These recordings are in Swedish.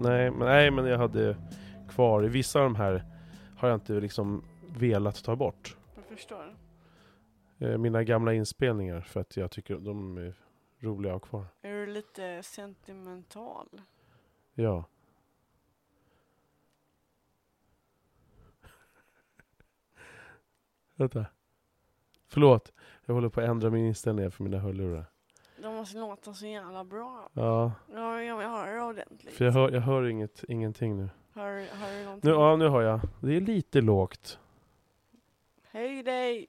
Nej, men jag hade kvar. I vissa av de här har jag inte liksom velat ta bort. Jag förstår. Mina gamla inspelningar, för att jag tycker de är roliga att ha kvar. Är du lite sentimental? Ja. Vänta. Förlåt. Jag håller på att ändra min inställning för mina hörlurar. De måste låta så jävla bra. Ja. Ja, jag vill höra det ordentligt. För jag hör ingenting nu. Hör du någonting? Nu hör jag. Det är lite lågt. Hej dig!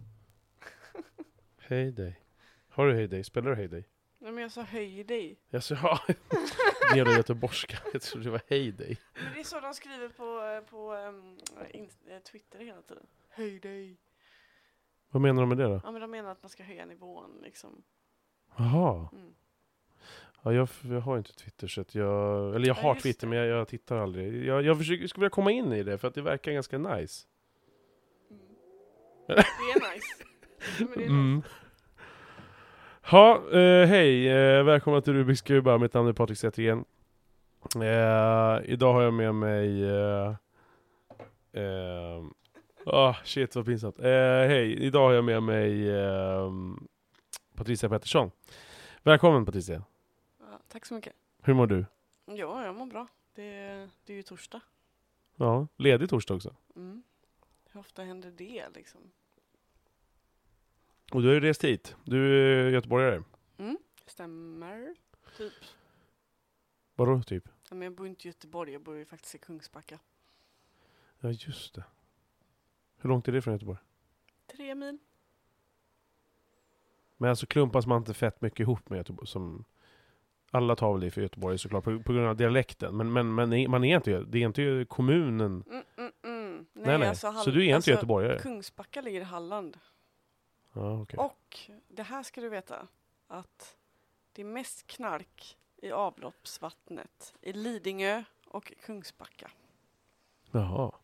Hej dig. Har du hej dig? Spelar du hej dig? Nej, men jag sa höj dig. Jag sa ja. Det är göteborgska. Jag trodde det var hej dig. Men det är så de skriver på Twitter hela tiden. Höj dig. Vad menar de med det då? Ja, men de menar att man ska höja nivån liksom. Jaha. Mm. Ja, jag har inte Twitter så att jag har Twitter men jag tittar aldrig. Jag skulle vilja komma in i det för att det verkar ganska nice. Mm. Det är nice. Men det är nice. Ja, hej. Välkomna till Rubiks Kuba. Mitt namn är Patrik Zettergren. Idag har jag med mig... shit, vad pinsamt. Hej, idag har jag med mig Patricia Pettersson. Välkommen, Patricia. Ja, tack så mycket. Hur mår du? Ja, jag mår bra. Det är ju torsdag. Ja, ledig torsdag också. Mm. Hur ofta händer det liksom? Och du har ju rest hit. Du är göteborgare. Mm, stämmer. Typ. Vadå typ? Ja, men jag bor inte i Göteborg, jag bor ju faktiskt i Kungsbacka. Ja, just det. Hur långt är det från Göteborg? 3 mil. Men alltså klumpas man inte fett mycket ihop med Göteborg som... Alla tar väl det för Göteborg såklart på grund av dialekten. Men man är inte, det är inte kommunen. Nej. Alltså, så du är inte göteborgare? Kungsbacka ligger i Halland. Ja, okay. Och det här ska du veta. Att det är mest knark i avloppsvattnet i Lidingö och Kungsbacka. Jaha.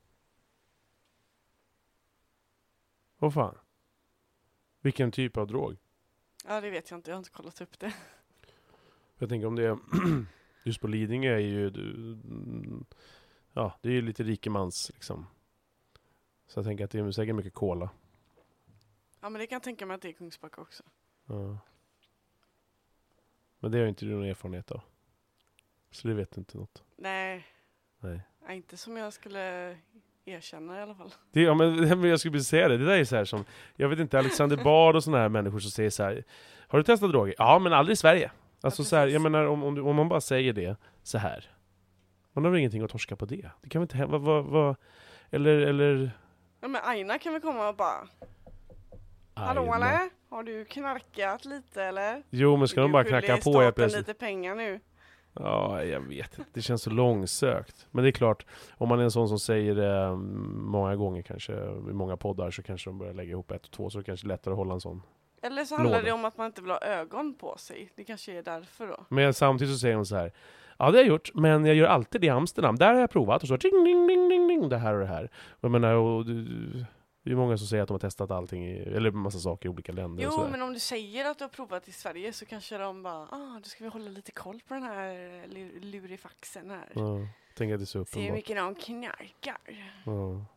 Vad fan? Vilken typ av drog? Ja, det vet jag inte. Jag har inte kollat upp det. Jag tänker om det är... Just på Lidingö är ju... Ja, det är ju lite rikemans liksom. Så jag tänker att det är säkert mycket cola. Ja, men det kan jag tänka mig att det är Kungsbacka också. Ja. Men det har ju inte du någon erfarenhet av. Så det vet inte något. Nej. Nej. Inte som jag skulle erkänna i alla fall. Men jag skulle säga det. Det där är så här som... Jag vet inte, Alexander Bard och såna här människor som säger så här... Har du testat droger? Ja, men aldrig i Sverige. Alltså så här, jag menar om man bara säger det så här. Man har väl ingenting att torska på det. Det kan väl inte hända. Eller... Ja, men Aina kan väl komma och bara... Hallå, eller? Har du knarkat lite, eller? Jo, men ska de bara knacka på helt plötsligt? Lite pengar nu. Ja, jag vet inte. Det känns så långsökt. Men det är klart, om man är en sån som säger det många gånger kanske, i många poddar, så kanske de börjar lägga ihop 1 och 2, så det kanske är lättare att hålla en sån. Eller så handlar det om att man inte vill ha ögon på sig. Det kanske är därför då. Men samtidigt så säger de så här: ja, det har jag gjort, men jag gör alltid det i Amsterdam. Där har jag provat och så ding, ding, ding, ding, ding, det här och det här. Jag menar, det är många som säger att de har testat allting eller massa saker i olika länder. Jo, och så men om du säger att du har provat i Sverige så kanske de bara, då ska vi hålla lite koll på den här lurifaxen här. Ja, tänk att det är så uppenbart. Se hur mycket de knarkar. Ja.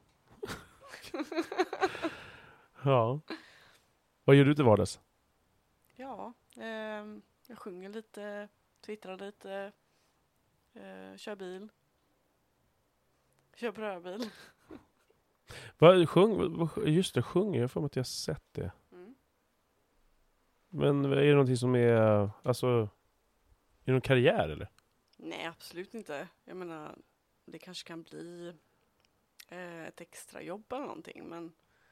Ja. Vad gör du till vardags? Ja, jag sjunger lite, twittrar lite, kör bil. Kör prövbil. Just det, sjunger. Jag får mig att jag har sett det. Mm. Men är det någonting som är... Alltså... Är det någon karriär, eller? Nej, absolut inte. Jag menar, det kanske kan bli ett extra jobb eller någonting, men...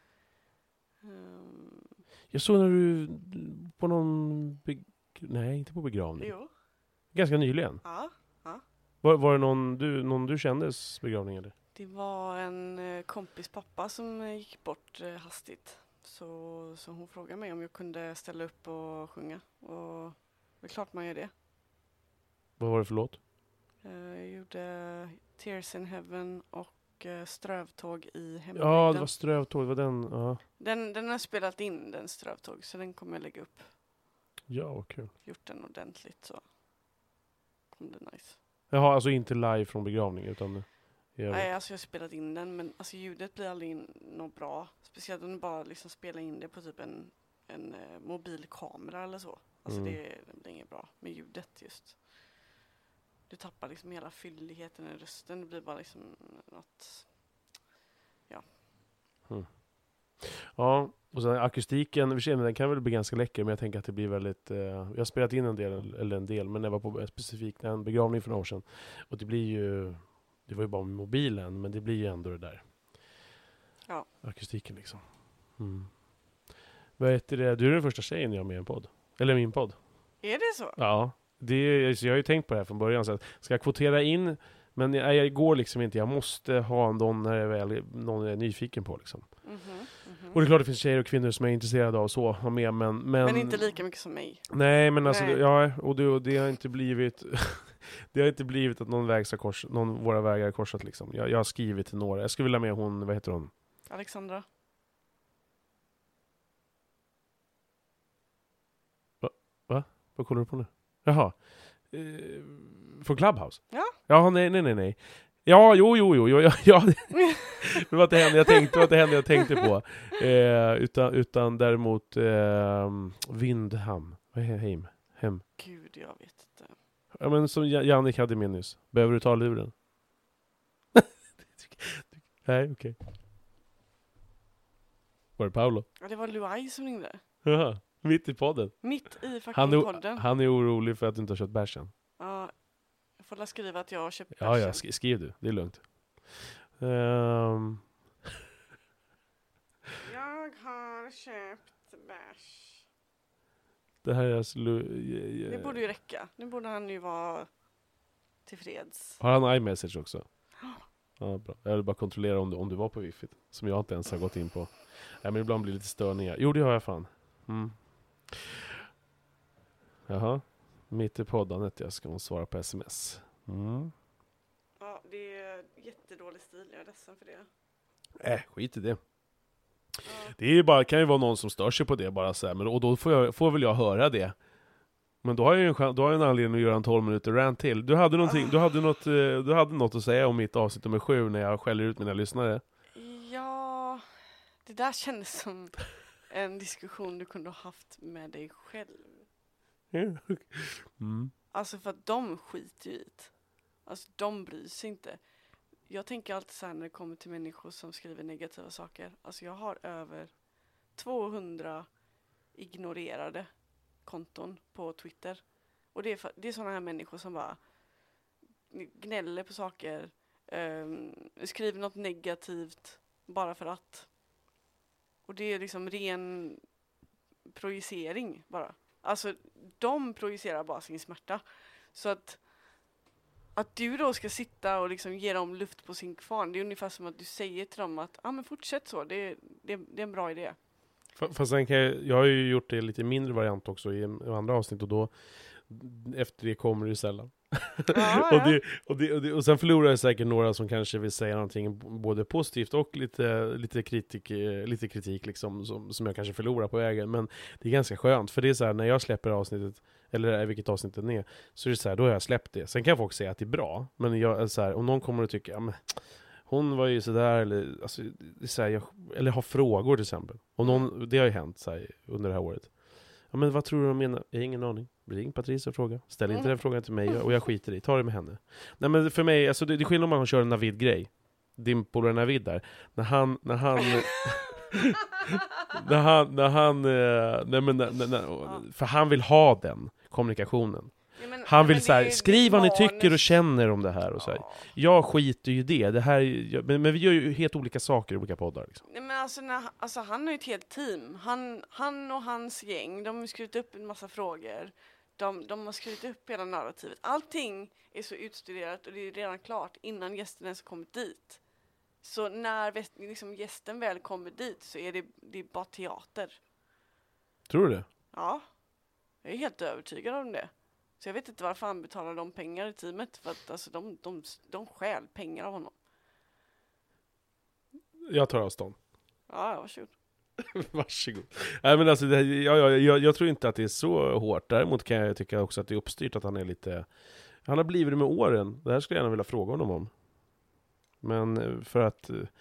Jag såg när du... På någon... Nej, inte på begravning. Jo. Ganska nyligen. Ja. Var det någon du kändes begravning, eller? Det var en kompis pappa som gick bort hastigt. Så hon frågade mig om jag kunde ställa upp och sjunga. Och det är klart man gör det. Vad var det för låt? Jag gjorde Tears in Heaven och Strövtåg i hembygden. Ja, det var Strövtåg. Det var den, ja. Den har spelat in, den Strövtåg. Så den kommer jag lägga upp. Ja, vad kul. Gjort den ordentligt så. Kom det nice. Jaha, alltså inte live från begravning utan... Nej, alltså jag har spelat in den, men alltså ljudet blir aldrig något bra. Speciellt om du bara liksom spelar in det på typ en mobilkamera eller så. Alltså det blir inget bra med ljudet just. Du tappar liksom hela fylligheten i rösten. Det blir bara liksom något... Ja. Ja, och sen akustiken, den kan väl bli ganska läcker, men jag tänker att det blir väldigt... jag har spelat in en del, men jag var på en begravning för några år sedan. Och det blir ju... Det var ju bara med mobilen, men det blir ju ändå det där. Ja. Akustiken liksom. Vad heter det? Du är den första tjejen jag har med i en podd. Eller min podd. Är det så? Ja. Så jag har ju tänkt på det här från början. Så att, ska jag kvotera in? Men jag går liksom inte. Jag måste ha någon när någon är nyfiken på liksom. Och det är klart det finns tjejer och kvinnor som är intresserade av så ha med, men inte lika mycket som mig. Nej, men alltså det har inte blivit det har inte blivit att någon våra vägar har korsat liksom. Jag har skrivit till några. Jag skulle vilja med hon, vad heter hon? Alexandra. Va? Vad kollar du på nu? Jaha. Från Clubhouse? Ja. Ja, nej. Ja, jo. Ja, det var inte henne jag tänkte på. Utan däremot Vindham. Vad är Hem? Gud, jag vet inte. Ja, men som Jannik hade med nyss. Behöver du ta luren? Nej, okej. Var det Paolo? Ja, det var Luai som ringde. Jaha, mitt i podden. Mitt i fucking podden. Han är orolig för att du inte har köpt bärsen. Ja, jag får skriva att jag har köpt bärsen. Ja, skriv du. Det är lugnt. Jag har köpt bärs. Det här är alltså... Det borde ju räcka. Nu borde han ju vara tillfreds. Har han iMessage också? Ja, bra. Jag vill bara kontrollera om du var på wifi. Som jag inte ens har gått in på. Nej, men ibland blir det lite störningar. Jo, det har jag fan. Jaha. Mitt i poddandet jag ska svara på sms. Ja, det är jättedålig stil. Jag är ledsen för det. Skit i det. Det är ju bara, kan ju vara någon som stör sig på det bara så här, men och då får väl jag höra det. Men då har jag en anledning att göra en 12 minuter rant till. Du hade något att säga om mitt avsnitt nummer 7 när jag skäller ut mina lyssnare. Ja, det där kändes som en diskussion du kunde ha haft med dig själv. Alltså för att de skiter ju i det. Alltså de bryr sig inte. Jag tänker alltid så här när det kommer till människor som skriver negativa saker. Alltså jag har över 200 ignorerade konton på Twitter. Och det är sådana här människor som bara gnäller på saker. Skriver något negativt bara för att. Och det är liksom ren projicering bara. Alltså de projicerar bara sin smärta. Så att du då ska sitta och liksom ge dem luft på sin kvarn. Det är ungefär som att du säger till dem att men fortsätt så, det är en bra idé. Fast sen jag har ju gjort det lite mindre variant också i andra avsnitt. Och då efter det kommer det sällan. Ja. och sen förlorar jag säkert några som kanske vill säga någonting både positivt och lite kritik liksom, som jag kanske förlorar på vägen. Men det är ganska skönt, för det är så här, när jag släpper avsnittet, eller vilket avsnitt det är, så är det så här, då har jag släppt det. Sen kan folk säga att det är bra, men jag, så här, om någon kommer och tycker ja, men hon var ju sådär, eller, alltså, det är så här, eller har frågor till exempel. Och det har ju hänt så här, under det här året. Ja, men vad tror du de menar? Jag har ingen aning. Ring Patricia och fråga. Ställ inte den frågan till mig och jag skiter i. Ta det med henne. Nej, men för mig, alltså det är skillnad om man kör en Navid-grej. Din polare Navid där. När han för han vill ha den kommunikationen. Ja, han vill så här, skriv vad ni tycker och känner om det här och så här. Jag skiter ju i det här, men vi gör ju helt olika saker i olika poddar liksom. Nej, men alltså han har ju ett helt team. Han och hans gäng, de har skrivit upp en massa frågor. De har skrivit upp hela narrativet. Allting är så utstuderat och det är redan klart innan gästen ens kommit dit. Så när liksom gästen väl kommer dit så är det bara teater. Tror du det? Ja, jag är helt övertygad om det. Så jag vet inte varför han betalar de pengar i teamet. För att alltså, de stjäl pengar av honom. Jag tar avstånd. Ja, varsågod. Varsågod. Nej, men alltså, jag tror inte att det är så hårt. Däremot kan jag tycka också att det är uppstyrt att han är lite... Han har blivit det med åren. Det här skulle jag gärna vilja fråga honom om. Men för att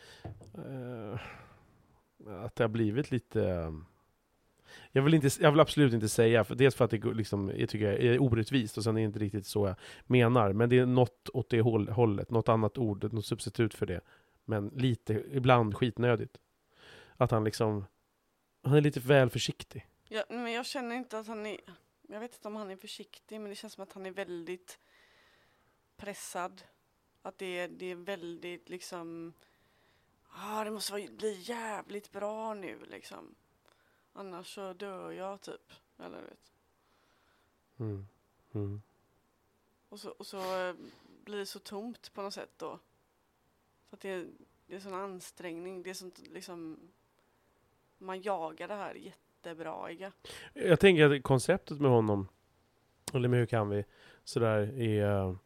det har blivit lite... Jag vill absolut inte säga, för dels för att det liksom, jag tycker är orättvist och sen är det inte riktigt så jag menar. Men det är något åt det hållet, något annat ord, något substitut för det. Men lite, ibland skitnödigt. Att han liksom, han är lite väl försiktig. Ja, men jag känner inte att han är, jag vet inte om han är försiktig, men det känns som att han är väldigt pressad. Att det är väldigt liksom, det måste bli jävligt bra nu liksom. Annars så dör jag typ, eller vet. Och så blir det så tomt på något sätt då. För att det är sån ansträngning, det är sånt liksom, man jagar det här jättebraiga. Jag tänker att konceptet med honom, eller med Hur kan vi, sådär är...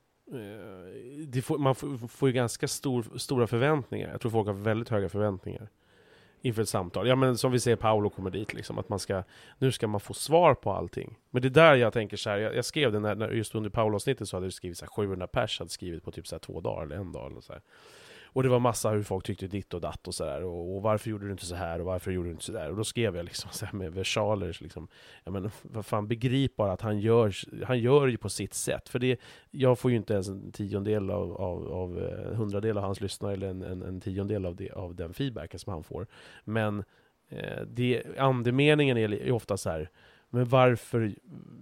man får ju ganska stora förväntningar. Jag tror folk har väldigt höga förväntningar inför ett samtal. Ja, men som vi ser, Paolo kommer dit liksom, att nu ska man få svar på allting. Men det är där jag tänker så här, jag skrev det när just under Paolo-avsnittet så hade det skrivit så här, 700 pers hade skrivit på typ så här 2 dagar eller 1 dag eller så här. Och det var massa hur folk tyckte ditt och datt och sådär. Och varför gjorde du inte så här och varför gjorde du inte så där? Och då skrev jag liksom så här med versaler liksom, ja men vad fan, begrip bara att han gör ju på sitt sätt. För det, jag får ju inte ens en 10-del av 100-del av hans lyssnare eller en 10-del av den feedbacken som han får. Men andemeningen är ofta så här, men varför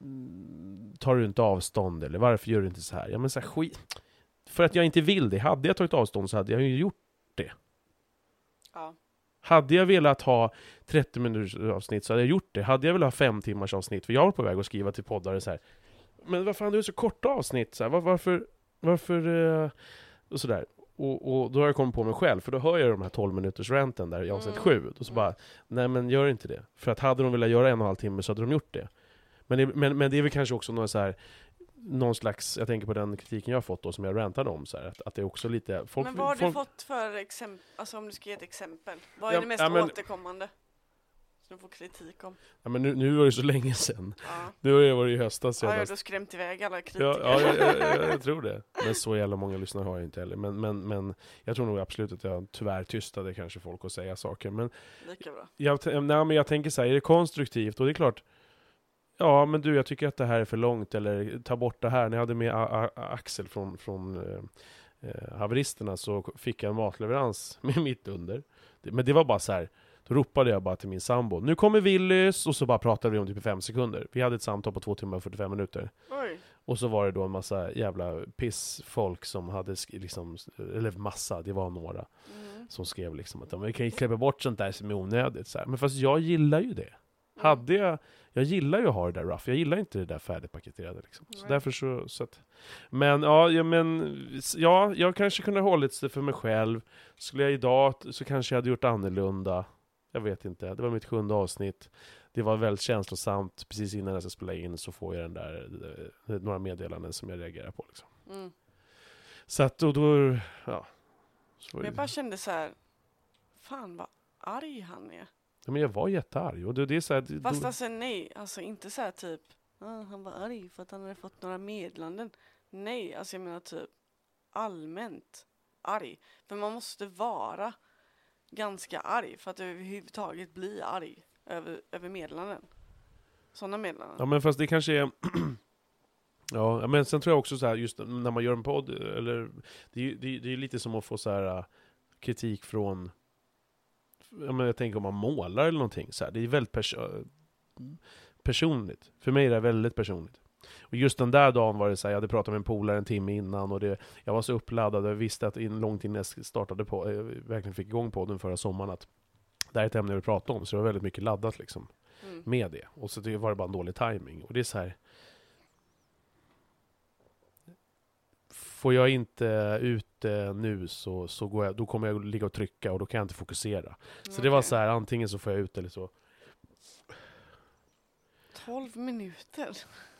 tar du inte avstånd? Eller varför gör du inte så här? Ja men så här, skit. För att jag inte vill det. Hade jag tagit avstånd så hade jag ju gjort det. Ja. Hade jag velat ha 30 minuters avsnitt så hade jag gjort det. Hade jag velat ha 5 timmars avsnitt, för jag var på väg att skriva till poddare så här. Men vad fan, du är så korta avsnitt så här. Varför och sådär. Och då har jag kommit på mig själv, för då hör jag de här 12 minuters ranten där jag har sett 7 och så bara, nej men gör inte det. För att hade de velat göra 1,5 timme så hade de gjort det. Men det är väl kanske också något så här, någon slags, jag tänker på den kritiken jag har fått då som jag rantade om så här, att det är också lite folk, men vad har du fått för exempel, alltså om du ska ge ett exempel, vad är det mest återkommande som du får kritik om? Ja men nu var det så länge sedan. Nu var det i höstas senast. Ja, du har skrämt iväg alla kritiker. Jag tror det. Men så jävla många lyssnare har jag inte heller. Men jag tror nog absolut att jag tyvärr tystade kanske folk att säga saker. Men lika bra. Jag tänker så här, är det konstruktivt? Och det är klart, ja men du, jag tycker att det här är för långt, eller ta bort det här. När jag hade med Axel från haveristerna så fick jag en matleverans med mitt under. Men det var bara så här, då ropade jag bara till min sambo, nu kommer Willys, och så bara pratade vi om typ 5 sekunder. Vi hade ett samtal på 2 timmar och 45 minuter. Oj. Och så var det då en massa jävla pissfolk som hade liksom, eller massa, det var några som skrev liksom att vi kan ju klippa bort sånt där som är onödigt så här. Men fast jag gillar ju det. Jag gillar ju att ha det där rough. Jag gillar inte det där färdigpaketerade liksom. Så därför så att, men jag kanske kunde ha hållit det för mig själv. Skulle jag idag så kanske jag hade gjort annorlunda. Jag vet inte. Det var mitt 7:e avsnitt. Det var väldigt känslosamt. Precis innan jag ska spela in så får jag den där några meddelanden som jag reagerar på liksom. Så att då ja. Men jag bara kände så här, fan vad arg han är. Ja, men jag var jättearg. Och det är så här, fast alltså nej, alltså inte så här typ han var arg för att han hade fått några meddelanden. Nej, alltså jag menar typ allmänt arg. För man måste vara ganska arg för att överhuvudtaget bli arg över meddelanden. Sådana meddelanden. Ja, men fast det kanske är ja, men sen tror jag också så här, just när man gör en podd, eller det är lite som att få så här kritik från, jag tänker om man målar eller någonting så här. Det är väldigt personligt. För mig är det väldigt personligt. Och just den där dagen var det så här, jag hade pratat med en polare en timme innan och jag var så uppladdad och jag visste att långt innan jag startade på, jag verkligen fick igång på den förra sommaren, att det här är ett ämne jag vill prata om, så det var väldigt mycket laddat liksom med det. Och så var det bara en dålig timing. Och det är så här, får jag inte ut nu så går jag, då kommer jag ligga och trycka och då kan jag inte fokusera. Så det var så här, antingen så får jag ut eller så. 12 minuter.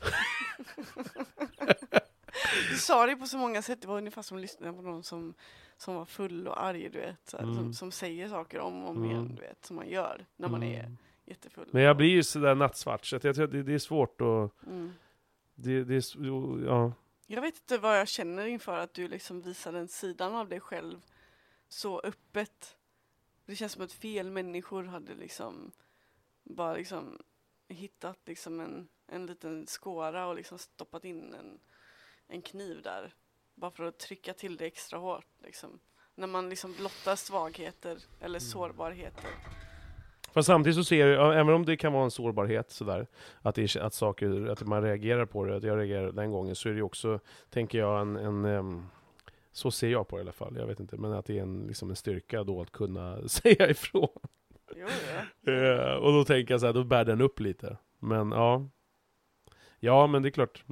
Du sa det på så många sätt. Det var ungefär som att lyssna på någon som var full och arg, du vet. Så här, som säger saker om igen, du vet. Som man gör när man är jättefull. Men jag blir ju sådär nattsvart. Så jag tror att det är svårt att... Ja. Jag vet inte vad jag känner inför att du liksom visar den sidan av dig själv så öppet. Det känns som att fel människor hade liksom bara liksom hittat liksom en liten skåra och liksom stoppat in en kniv där. Bara för att trycka till det extra hårt liksom. När man liksom blottar svagheter eller sårbarheter. Fast samtidigt så ser jag, även om det kan vara en sårbarhet sådär, att saker, att man reagerar på det, att jag reagerar den gången, så är det också, tänker jag, så ser jag på det i alla fall, jag vet inte, men att det är liksom en styrka då att kunna säga ifrån. Jo, ja. Och då tänker jag så här, då bär den upp lite. Men ja, men det är klart.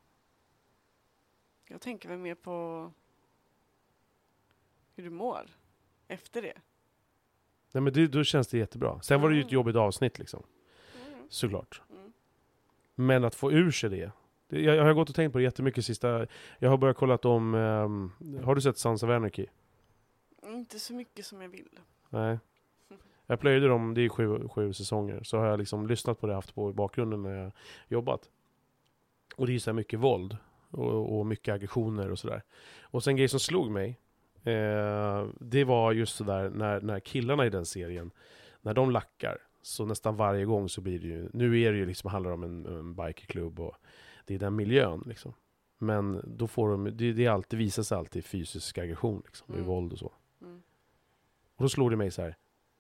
Jag tänker väl mer på hur du mår efter det. Nej, men då känns det jättebra. Sen var det ju ett jobbigt avsnitt liksom. Såklart. Men att få ur sig det. Jag har gått och tänkt på det jättemycket sista. Jag har börjat kolla om... har du sett Sons of Anarchy? Inte så mycket som jag vill. Nej. Jag plöjde dem, det är 7 säsonger. Så har jag liksom lyssnat på det, haft på i bakgrunden när jag jobbat. Och det är ju så här mycket våld. Och mycket aggressioner och sådär. Och sen grej som slog mig. Det var just sådär när killarna i den serien, när de lackar, så nästan varje gång så blir det ju, nu är det ju liksom, handlar om en bikerklubb och det är den miljön liksom. Men då får de, det alltid visar sig alltid fysisk aggression liksom, i våld och så. Och då slår det mig så här.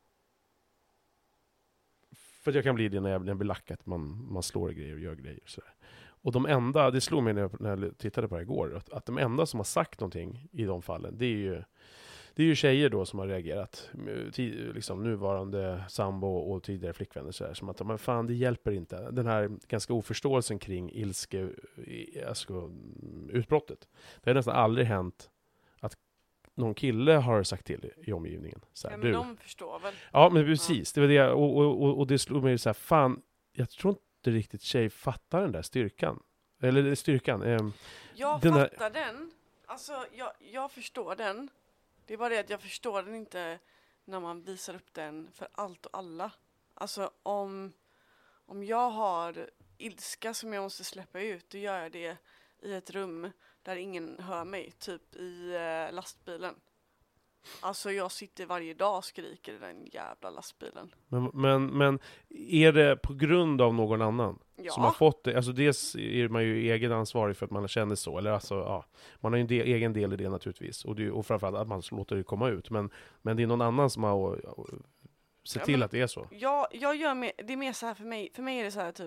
För att jag kan bli det när jag blir lackat, man slår grejer och gör grejer och sådär. Och de enda, det slog mig när jag tittade på det igår, att de enda som har sagt någonting i de fallen, det är ju tjejer då som har reagerat, liksom nuvarande sambo och tidigare flickvänner så här, som att men fan, det hjälper inte. Den här ganska oförståelsen kring ilske, alltså utbrottet. Det har nästan aldrig hänt att någon kille har sagt till i omgivningen så här, ja, men de förstår väl. Ja, men precis. Det var det, och det slog mig så här, fan, jag tror inte riktigt tjej fattar den där styrkan. Eller styrkan. Jag fattar den. Alltså, jag förstår den. Det är bara det att jag förstår den inte när man visar upp den för allt och alla. Alltså, om jag har ilska som jag måste släppa ut, då gör jag det i ett rum där ingen hör mig. Typ i lastbilen. Alltså jag sitter varje dag och skriker i den jävla lastbilen. Men är det på grund av någon annan som har fått det? Alltså dels är man ju egen ansvarig för att man känner så. Eller alltså, ja, man har ju en egen del i det naturligtvis. Och framförallt att man låter det komma ut. Men det är någon annan som har sett till att det är så. Jag gör det är mer så här för mig. För mig är det så här typ.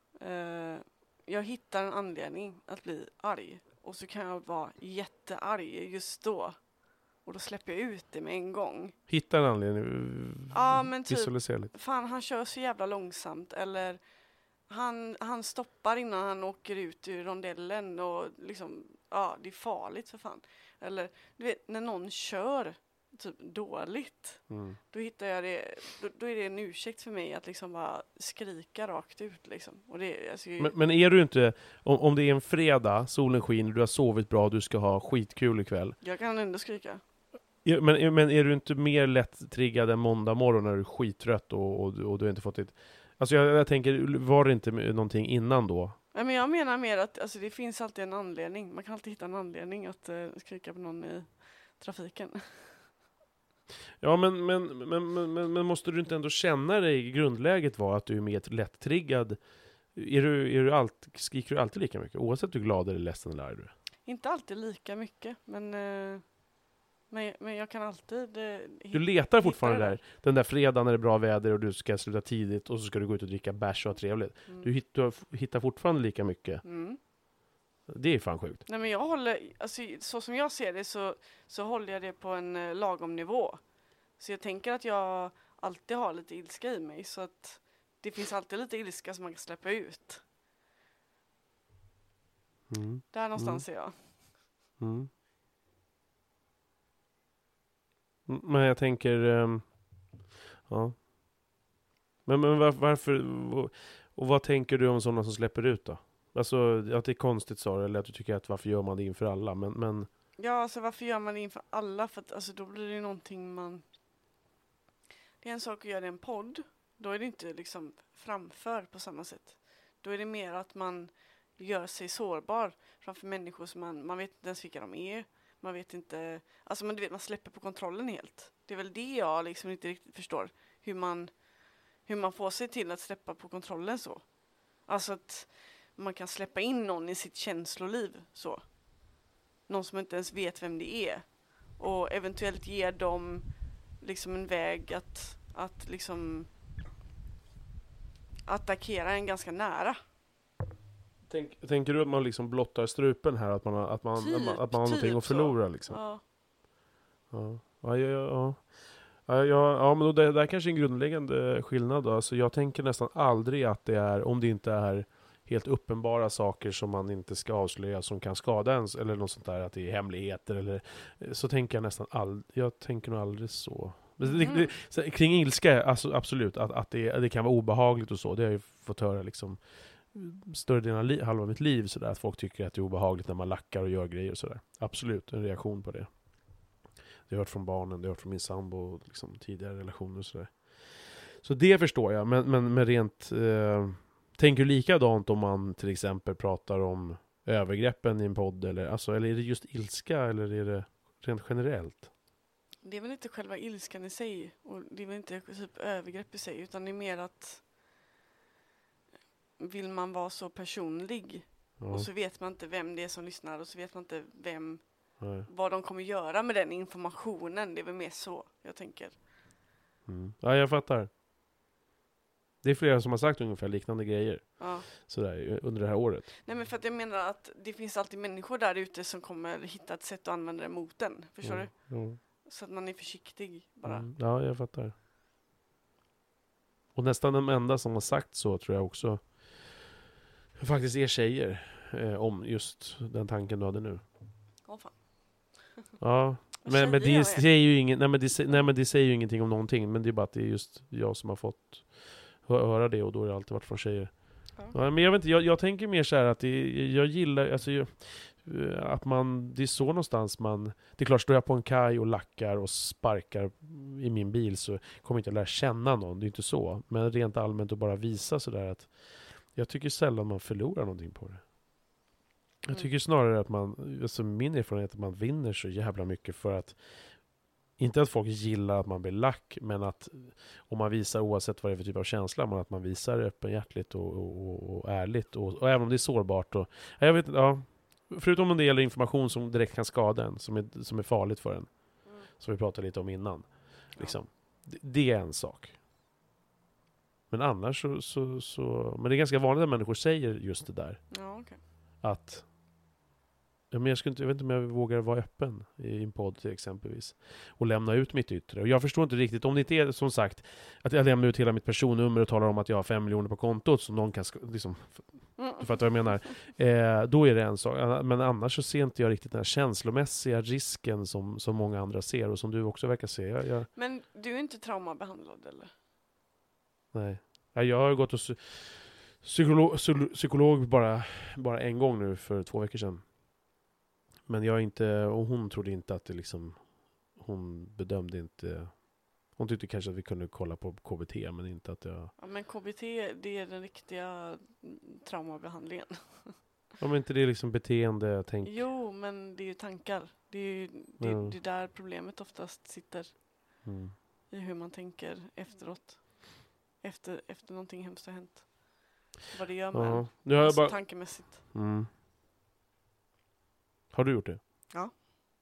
Jag hittar en anledning att bli arg. Och så kan jag vara jättearg just då. Och då släpper jag ut det med en gång. Hitta en anledning. Ja, men typ, visualisera lite. Fan, han kör så jävla långsamt. Eller han stoppar innan han åker ut ur rondellen. Och liksom, ja, det är farligt för fan. Eller, du vet, när någon kör typ dåligt. Då hittar jag det. Då är det en ursäkt för mig att liksom bara skrika rakt ut liksom. Och det, alltså, men är du inte, om det är en fredag, solen skiner, du har sovit bra, du ska ha skitkul ikväll. Jag kan ändå skrika. Men är du inte mer lätt triggad än måndag morgon när du är skittrött och du har inte fått ett... Alltså jag tänker, var det inte någonting innan då? Nej, men jag menar mer att alltså, det finns alltid en anledning. Man kan alltid hitta en anledning att skrika på någon i trafiken. Ja, men måste du inte ändå känna dig i grundläget var att du är mer lätt-triggad? Skriker du alltid lika mycket? Oavsett om du är glad eller ledsen eller arg du? Inte alltid lika mycket, men jag kan alltid... Du letar fortfarande den där fredagen när det är bra väder och du ska sluta tidigt och så ska du gå ut och dricka bärs och ha trevligt. Du hittar fortfarande lika mycket. Det är fan sjukt. Nej, men jag håller, alltså, så som jag ser det så håller jag det på en lagom nivå. Så jag tänker att jag alltid har lite ilska i mig, så att det finns alltid lite ilska som man kan släppa ut. Där någonstans är jag. Men jag tänker, ja. Men varför, och vad tänker du om sådana som släpper ut då? Alltså att det är konstigt så, eller att du tycker att varför gör man det inför alla? Men... Ja, alltså varför gör man det inför alla? För att alltså, då blir det någonting man... Det är en sak att göra en podd. Då är det inte liksom framför på samma sätt. Då är det mer att man gör sig sårbar framför människor som man vet inte ens vilka de är. Man vet inte, alltså man släpper på kontrollen helt. Det är väl det jag liksom inte riktigt förstår. Hur man får sig till att släppa på kontrollen så. Alltså att man kan släppa in någon i sitt känsloliv så. Någon som inte ens vet vem det är. Och eventuellt ge dem liksom en väg att liksom attackera en ganska nära. Tänker du att man liksom blottar strupen här? Att man har någonting att förlora liksom? Ja. Ja, men det där kanske är en grundläggande skillnad då. Alltså jag tänker nästan aldrig att det är, om det inte är helt uppenbara saker som man inte ska avslöja som kan skada ens, eller något sånt där, att det är hemligheter eller så tänker jag nästan jag tänker nog aldrig så. Kring ilska, alltså absolut att det kan vara obehagligt och så. Det har jag ju fått höra liksom större delen av halva mitt liv så där, att folk tycker att det är obehagligt när man lackar och gör grejer och sådär. Absolut, en reaktion på det. Det har jag hört från barnen, det har jag hört från min sambo liksom, tidigare relationer och sådär. Så det förstår jag, men rent tänker du likadant om man till exempel pratar om övergreppen i en podd eller är det just ilska eller är det rent generellt? Det är väl inte själva ilskan i sig och det är väl inte typ övergrepp i sig utan det är mer att vill man vara så personlig och så vet man inte vem det är som lyssnar och så vet man inte vad de kommer göra med den informationen. Det är väl mer så jag tänker. Ja, jag fattar. Det är flera som har sagt ungefär liknande grejer. Ja. Sådär, under det här året. Nej, men för att jag menar att det finns alltid människor där ute som kommer hitta ett sätt att använda det mot den. Förstår du? Ja. Så att man är försiktig bara. Ja, jag fattar. Och nästan de enda som har sagt så tror jag också faktiskt är tjejer om just den tanken du hade nu. Fan. Ja, men det säger ju det säger ju ingenting om någonting, men det är bara att det är just jag som har fått höra det och då har det alltid varit från tjejer. Ja, men jag vet inte, jag tänker mer så här att jag gillar att det är så någonstans det är klart, står jag på en kaj och lackar och sparkar i min bil så kommer jag inte att lära känna någon, det är inte så, men rent allmänt att bara visa sådär att jag tycker sällan man förlorar någonting på det. Jag tycker snarare att min erfarenhet är att man vinner så jävla mycket för att inte att folk gillar att man blir lack, men att om man visar oavsett vad det är för typ av känsla, men att man visar öppenhjärtligt och ärligt och även om det är sårbart och jag vet inte, förutom om det gäller information som direkt kan skada en, som är farligt för en, som vi pratade lite om innan liksom. Det är en sak. Men annars så men det är ganska vanligt att människor säger just det där. Ja, okay. Att men jag vet inte om jag vågar vara öppen i en podd till exempelvis och lämna ut mitt yttre. Och jag förstår inte riktigt, om det inte är som sagt att jag lämnar ut hela mitt personnummer och talar om att jag har 5 miljoner på kontot som någon kan liksom, för att jag menar då är det en sak. Men annars så ser inte jag riktigt den här känslomässiga risken som många andra ser och som du också verkar se. Men du är inte traumabehandlad eller? Nej. Jag har gått och psykolog bara en gång nu för 2 veckor sedan. Men jag inte, och hon trodde inte att det liksom, hon bedömde inte, hon tyckte kanske att vi kunde kolla på KBT, men inte att jag... Ja, men KBT, det är den riktiga traumabehandlingen. Ja, men inte det är liksom beteende, tänk... Jo, men det är ju tankar. Det är där problemet oftast sitter. I hur man tänker efteråt. Efter någonting hemskt har hänt. Vad det gör med alltså tankemässigt. Har du gjort det? Ja.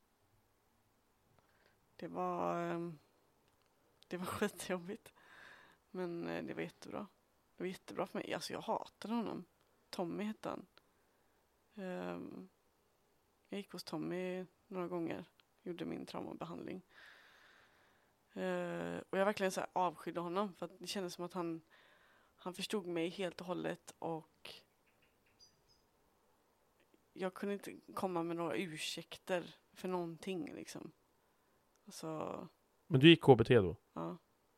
Det var skitjobbigt. Men det var jättebra. Det var jättebra för mig. Alltså jag hatade honom. Tommy hette han. Jag gick hos Tommy några gånger. Gjorde min traumabehandling. Och jag verkligen så här avskydde honom. För att det kändes som att han förstod mig helt och hållet. Och jag kunde inte komma med några ursäkter för någonting liksom. Alltså... Men du gick KBT då? Ja.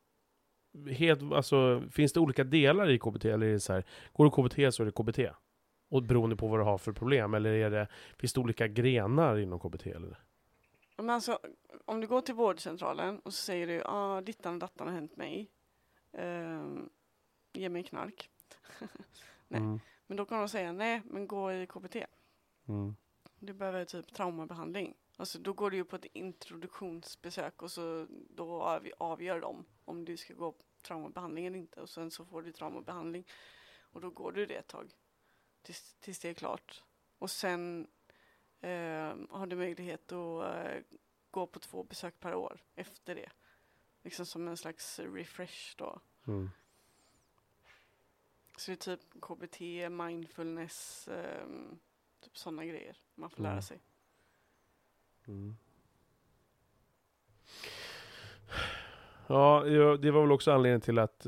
Finns det olika delar i KBT? Eller är det så här, går du KBT så är det KBT? Och beroende på vad du har för problem? Eller finns det olika grenar inom KBT? Eller? Men alltså, om du går till vårdcentralen och så säger du dittan och dattan har hänt mig. Ge mig knark. Nej. Men då kan de säga nej, men gå i KBT. Mm. Du behöver typ traumabehandling. Alltså då går du ju på ett introduktionsbesök och så då avgör de om du ska gå på traumabehandling eller inte. Och sen så får du traumabehandling. Och då går du det ett tag. Tills det är klart. Och sen har du möjlighet att gå på 2 besök per år efter det. Liksom som en slags refresh då. Mm. Så det är typ KBT, mindfulness, typ sådana grejer man får lära sig. Mm. Ja, det var väl också anledningen till att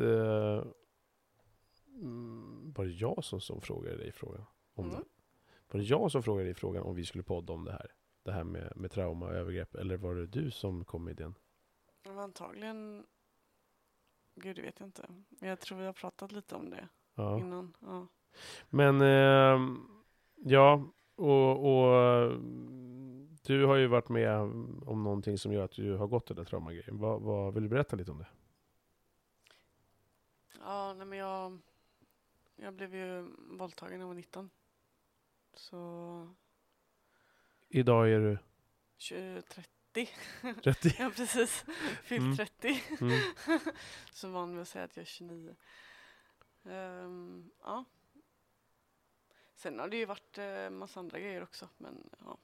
var det jag som frågade dig frågan om det? Var det jag som frågade dig frågan om vi skulle podda om det här? Det här med trauma och övergrepp, eller var det du som kom med idén? Antagligen, gud det vet jag inte. Men jag tror vi har pratat lite om det innan. Ja. Men ja, och du har ju varit med om någonting som gör att du har gått den där traumagrejen. Vad vill du berätta lite om det? Ja, nej men jag blev ju våldtagen när jag var 19. Så... Idag är du? 30. 30? Ja, precis. Fyllt 30. Mm. Så van vid att säga att jag är 29. Ja. Sen har det ju varit massa andra grejer också. Men ja.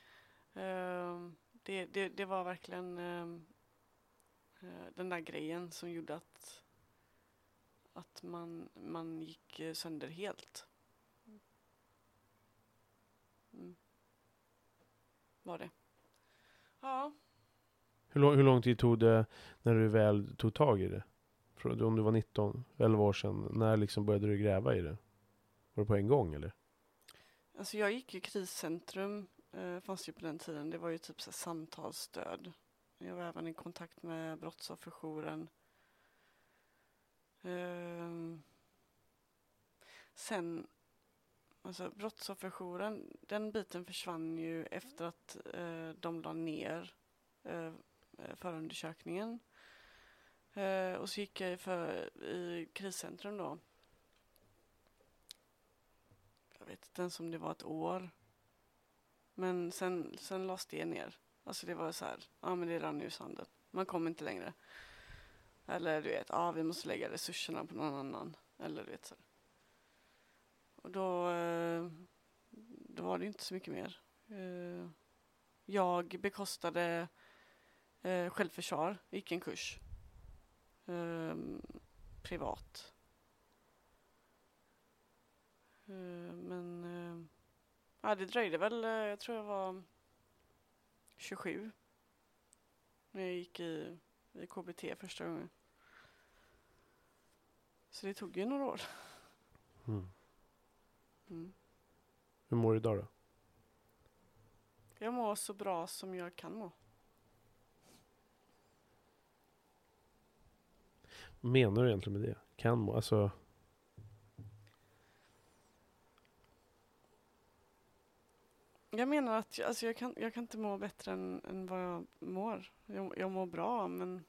Det var verkligen den där grejen som gjorde att man gick sönder helt. Var det. Ja. Hur lång tid tog det när du väl tog tag i det? Om du var 19, 11 år sedan, när liksom började du gräva i det? Var det på en gång eller? Alltså jag gick ju kriscentrum, fanns ju på den tiden. Det var ju typ så här samtalsstöd. Jag var även i kontakt med brottsofferjouren. Sen, alltså brottsofferjouren, den biten försvann ju efter att de la ner förundersökningen. Och så gick jag i kriscentrum då. Jag vet inte ens om det var ett år. Men sen lades det ner. Alltså det var så här, ja men det rann ur sanden. Man kom inte längre. Eller du vet, vi måste lägga resurserna på någon annan. Eller du vet så. Och då var det inte så mycket mer. Jag bekostade självförsvar, gick en kurs. Privat. Men det dröjde väl, jag tror jag var 27 när jag gick i KBT första gången. Så det tog ju några år. Hur mår du idag då? Jag mår så bra som jag kan må. Vad menar du egentligen med det? Kan må? Alltså... Jag menar att jag kan inte må bättre än vad jag mår. Jag mår bra, men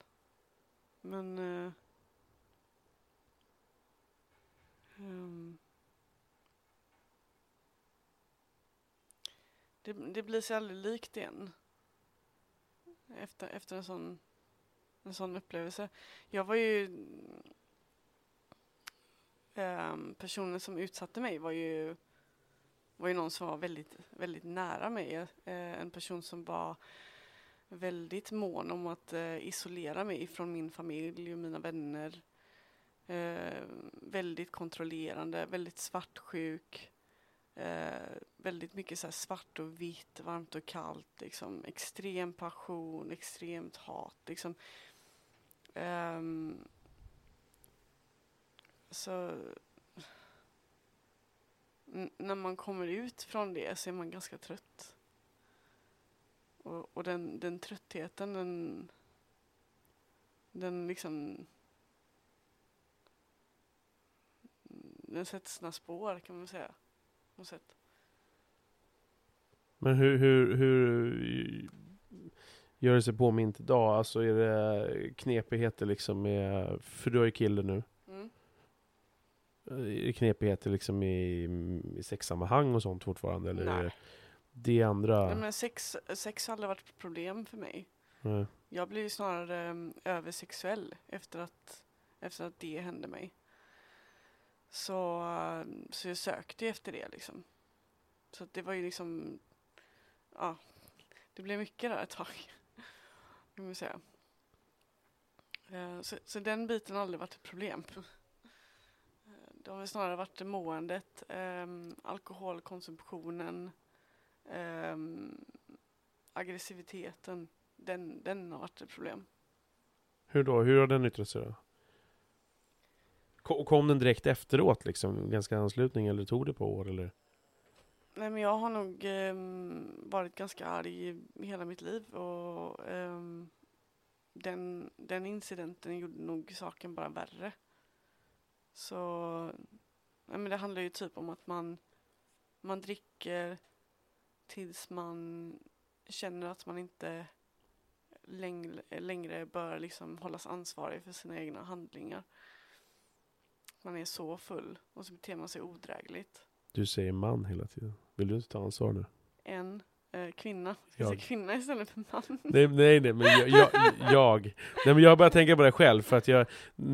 det blir så aldrig likt igen. Efter en sån upplevelse. Jag var ju personen som utsatte mig var ju någon som var väldigt, väldigt nära mig. En person som var väldigt mån om att isolera mig från min familj och mina vänner. Väldigt kontrollerande, väldigt svartsjuk. Väldigt mycket så här svart och vitt, varmt och kallt. Liksom. Extrem passion, extremt hat. Liksom. Så... När man kommer ut från det så är man ganska trött. Och den tröttheten, den liksom... Den sätter sina spår, kan man säga. På sätt. Men hur gör det sig påmint idag? Alltså är det knepigheter liksom med... För du är ju kille nu. knepigheter liksom i sexsammanhang och sånt fortfarande? Eller Nej. är det andra? Nej, men sex har aldrig varit ett problem för mig. Nej. Jag blev ju snarare översexuell efter att det hände mig. Så jag sökte ju efter det liksom. Så att det var ju liksom, ja, det blev mycket där ett tag, kan man säga. Så den biten har aldrig varit ett problem. Det har väl snarare varit måendet, alkoholkonsumtionen, aggressiviteten. Den har varit ett problem. Hur då? Hur har den yttrat sig då? Kom den direkt efteråt liksom? Ganska anslutning, eller tog det på år eller? Nej, men jag har nog varit ganska arg i hela mitt liv, och den incidenten gjorde nog saken bara värre. Så nej, men det handlar ju typ om att man dricker tills man känner att man inte längre bör liksom hållas ansvarig för sina egna handlingar. Man är så full och så beter man sig odrägligt. Du säger man hela tiden. Vill du inte ta ansvar nu? En kvinna. Ska jag säga kvinna istället för man? Nej, men jag. Nej, men jag bara tänka på det själv, för att jag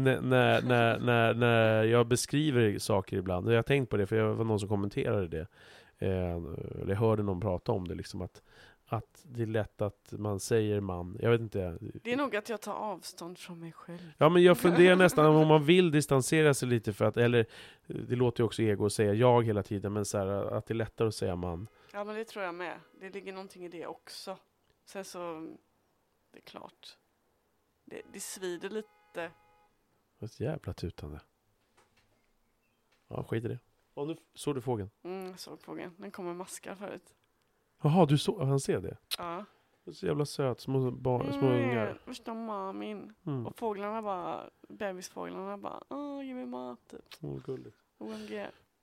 när jag beskriver saker ibland, och jag har tänkt på det för jag var någon som kommenterade det. Eller jag hörde någon prata om det liksom, att det är lätt att man säger man. Jag vet inte. Det är nog att jag tar avstånd från mig själv. Ja, men jag funderar nästan om man vill distansera sig lite, för att, eller det låter ju också ego att säga jag hela tiden, men så här, att det är lättare att säga man. Ja, men det tror jag med. Det ligger någonting i det också. Sen så, det är klart. Det svider lite. Ett jävla tutande. Ja, skit i det. Nu såg du fågeln. Jag såg fågeln. Den kommer maskar förut. Jaha, du såg, han ser det? Ja. Det är så jävla söt, små ungar. Första mamin. Mm. Och fåglarna bara, bebisfåglarna bara, ge mig mat. Typ. Gulligt. OMG.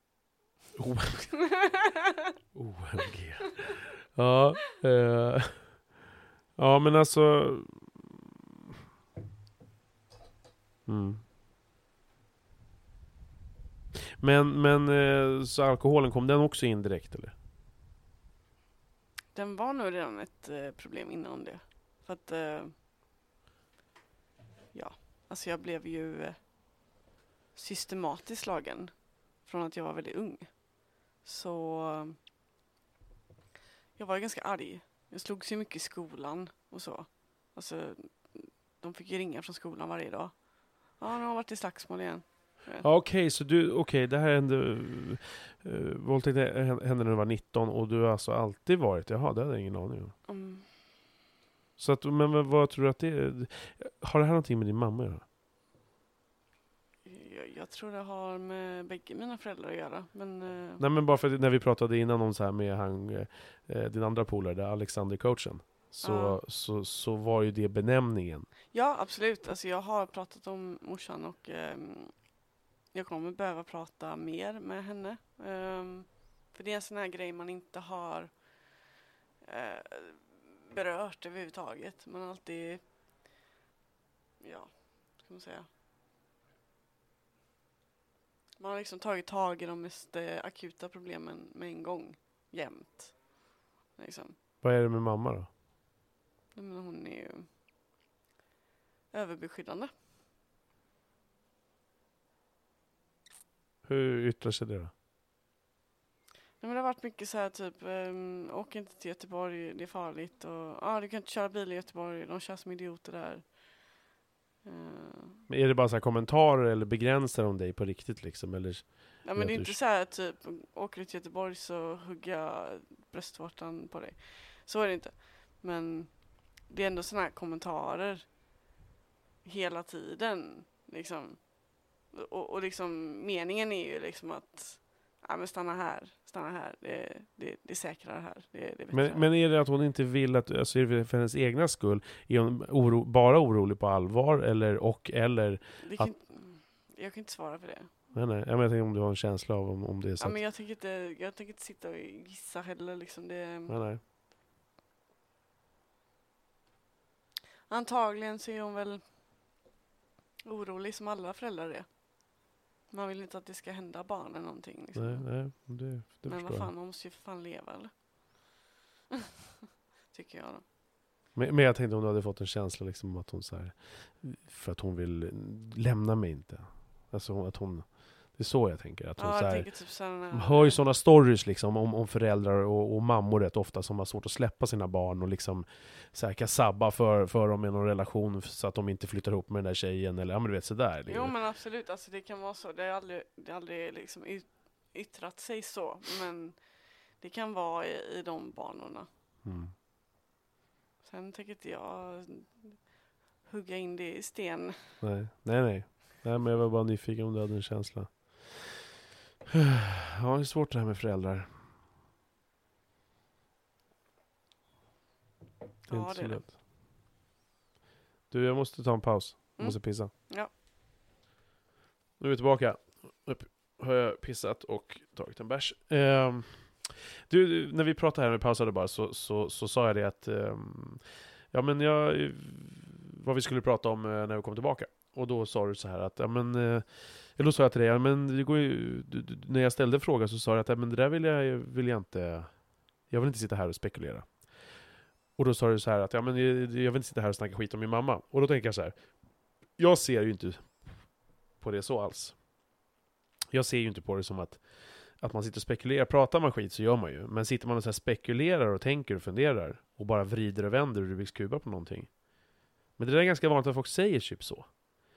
OMG. Ja, ja, men alltså. Men så alkoholen, kom den också in direkt eller? Den var nog redan ett problem innan det. För att alltså jag blev ju systematiskt slagen från att jag var väldigt ung. Så jag var ganska arg. Jag slogs ju mycket i skolan och så. Alltså, de fick ju ringa från skolan varje dag. Ja, nu har jag varit i slagsmål igen. Okej, så det här hände, våldtäkt hände när du var 19 och du har alltså alltid varit, jaha, det hade jag ingen aning om. Så att, men vad tror du att det är? Har det här någonting med din mamma att göra? Jag tror det har med bägge mina föräldrar att göra. Men, nej, men bara för att när vi pratade innan om så här med din andra polare, där Alexander coachen, så var ju det benämningen. Ja, absolut. Alltså jag har pratat om morsan och jag kommer behöva prata mer med henne. För det är en sån här grej man inte har berört överhuvudtaget. Man har alltid, ska man säga. Man har liksom tagit tag i de mest akuta problemen med en gång. Jämt. Liksom. Vad är det med mamma då? Men hon är ju överbeskyddande. Hur yttrar sig det då? Nej, men det har varit mycket så här typ, åk inte till Göteborg, det är farligt. Och du kan inte köra bil i Göteborg, de kör som idioter där. Men är det bara så här kommentarer eller begränsar de dig på riktigt liksom? Eller? Ja, men det är inte så här typ, åker du till Göteborg så hugger jag bröstvårtan på dig. Så är det inte. Men det är ändå såna här kommentarer hela tiden. Liksom. Och liksom, meningen är ju liksom att men stanna här, det är säkrare här. Det är men är det att hon inte vill att, alltså är det för hennes egna skull, är hon bara orolig på allvar eller jag kan inte svara för det. Nej, jag tänkte om du har en känsla av om det är så. Ja, men jag tänker inte sitta och gissa heller liksom det. Nej. Antagligen så är hon väl orolig som alla föräldrar är. Man vill inte att det ska hända barnen någonting. Liksom. Nej, det Men förstår vad jag. fan, man måste ju för fan leva eller? Tycker jag då. Men jag tänkte om du hade fått en känsla liksom att hon så här, för att hon vill lämna mig inte. Alltså att hon, det är så jag tänker. Att hon Ja, så jag här, tänker typ sådana... man hör ju sådana stories liksom om föräldrar och mammor rätt ofta som har svårt att släppa sina barn och liksom så här, kan sabba för dem i någon relation så att de inte flyttar ihop med den där tjejen eller ja men du vet sådär. Jo men absolut, alltså det kan vara så. Det har aldrig liksom yttrat sig så. Men det kan vara i de banorna. Mm. Sen tänker inte jag hugga in det i sten. Nej, men jag var bara nyfiken om du hade en känsla. Ja, det är svårt det här med föräldrar. Det är Ja, inte det är så det. lätt. Du, jag måste ta en paus. Jag Mm. måste pissa. Ja. Nu är vi tillbaka. Upp har jag pissat och tagit en bärs. Du, när vi pratade här, när vi pausade bara, så sa jag det att ja men vad vi skulle prata om när vi kom tillbaka. Och då sa du så här att ja men då sa jag till dig, ja, men det går ju, när jag ställde en fråga så sa du att ja, men det där vill jag inte, jag vill inte sitta här och spekulera. Och då sa du så här att ja men jag vill inte sitta här och snacka skit om min mamma. Och då tänker jag så här, jag ser ju inte på det så alls. Jag ser ju inte på det som att man sitter och spekulerar. Pratar man skit så gör man ju. Men sitter man och så här spekulerar och tänker och funderar och bara vrider och vänder och Rubiks kuba på någonting. Men det där är ganska vanligt att folk säger typ så.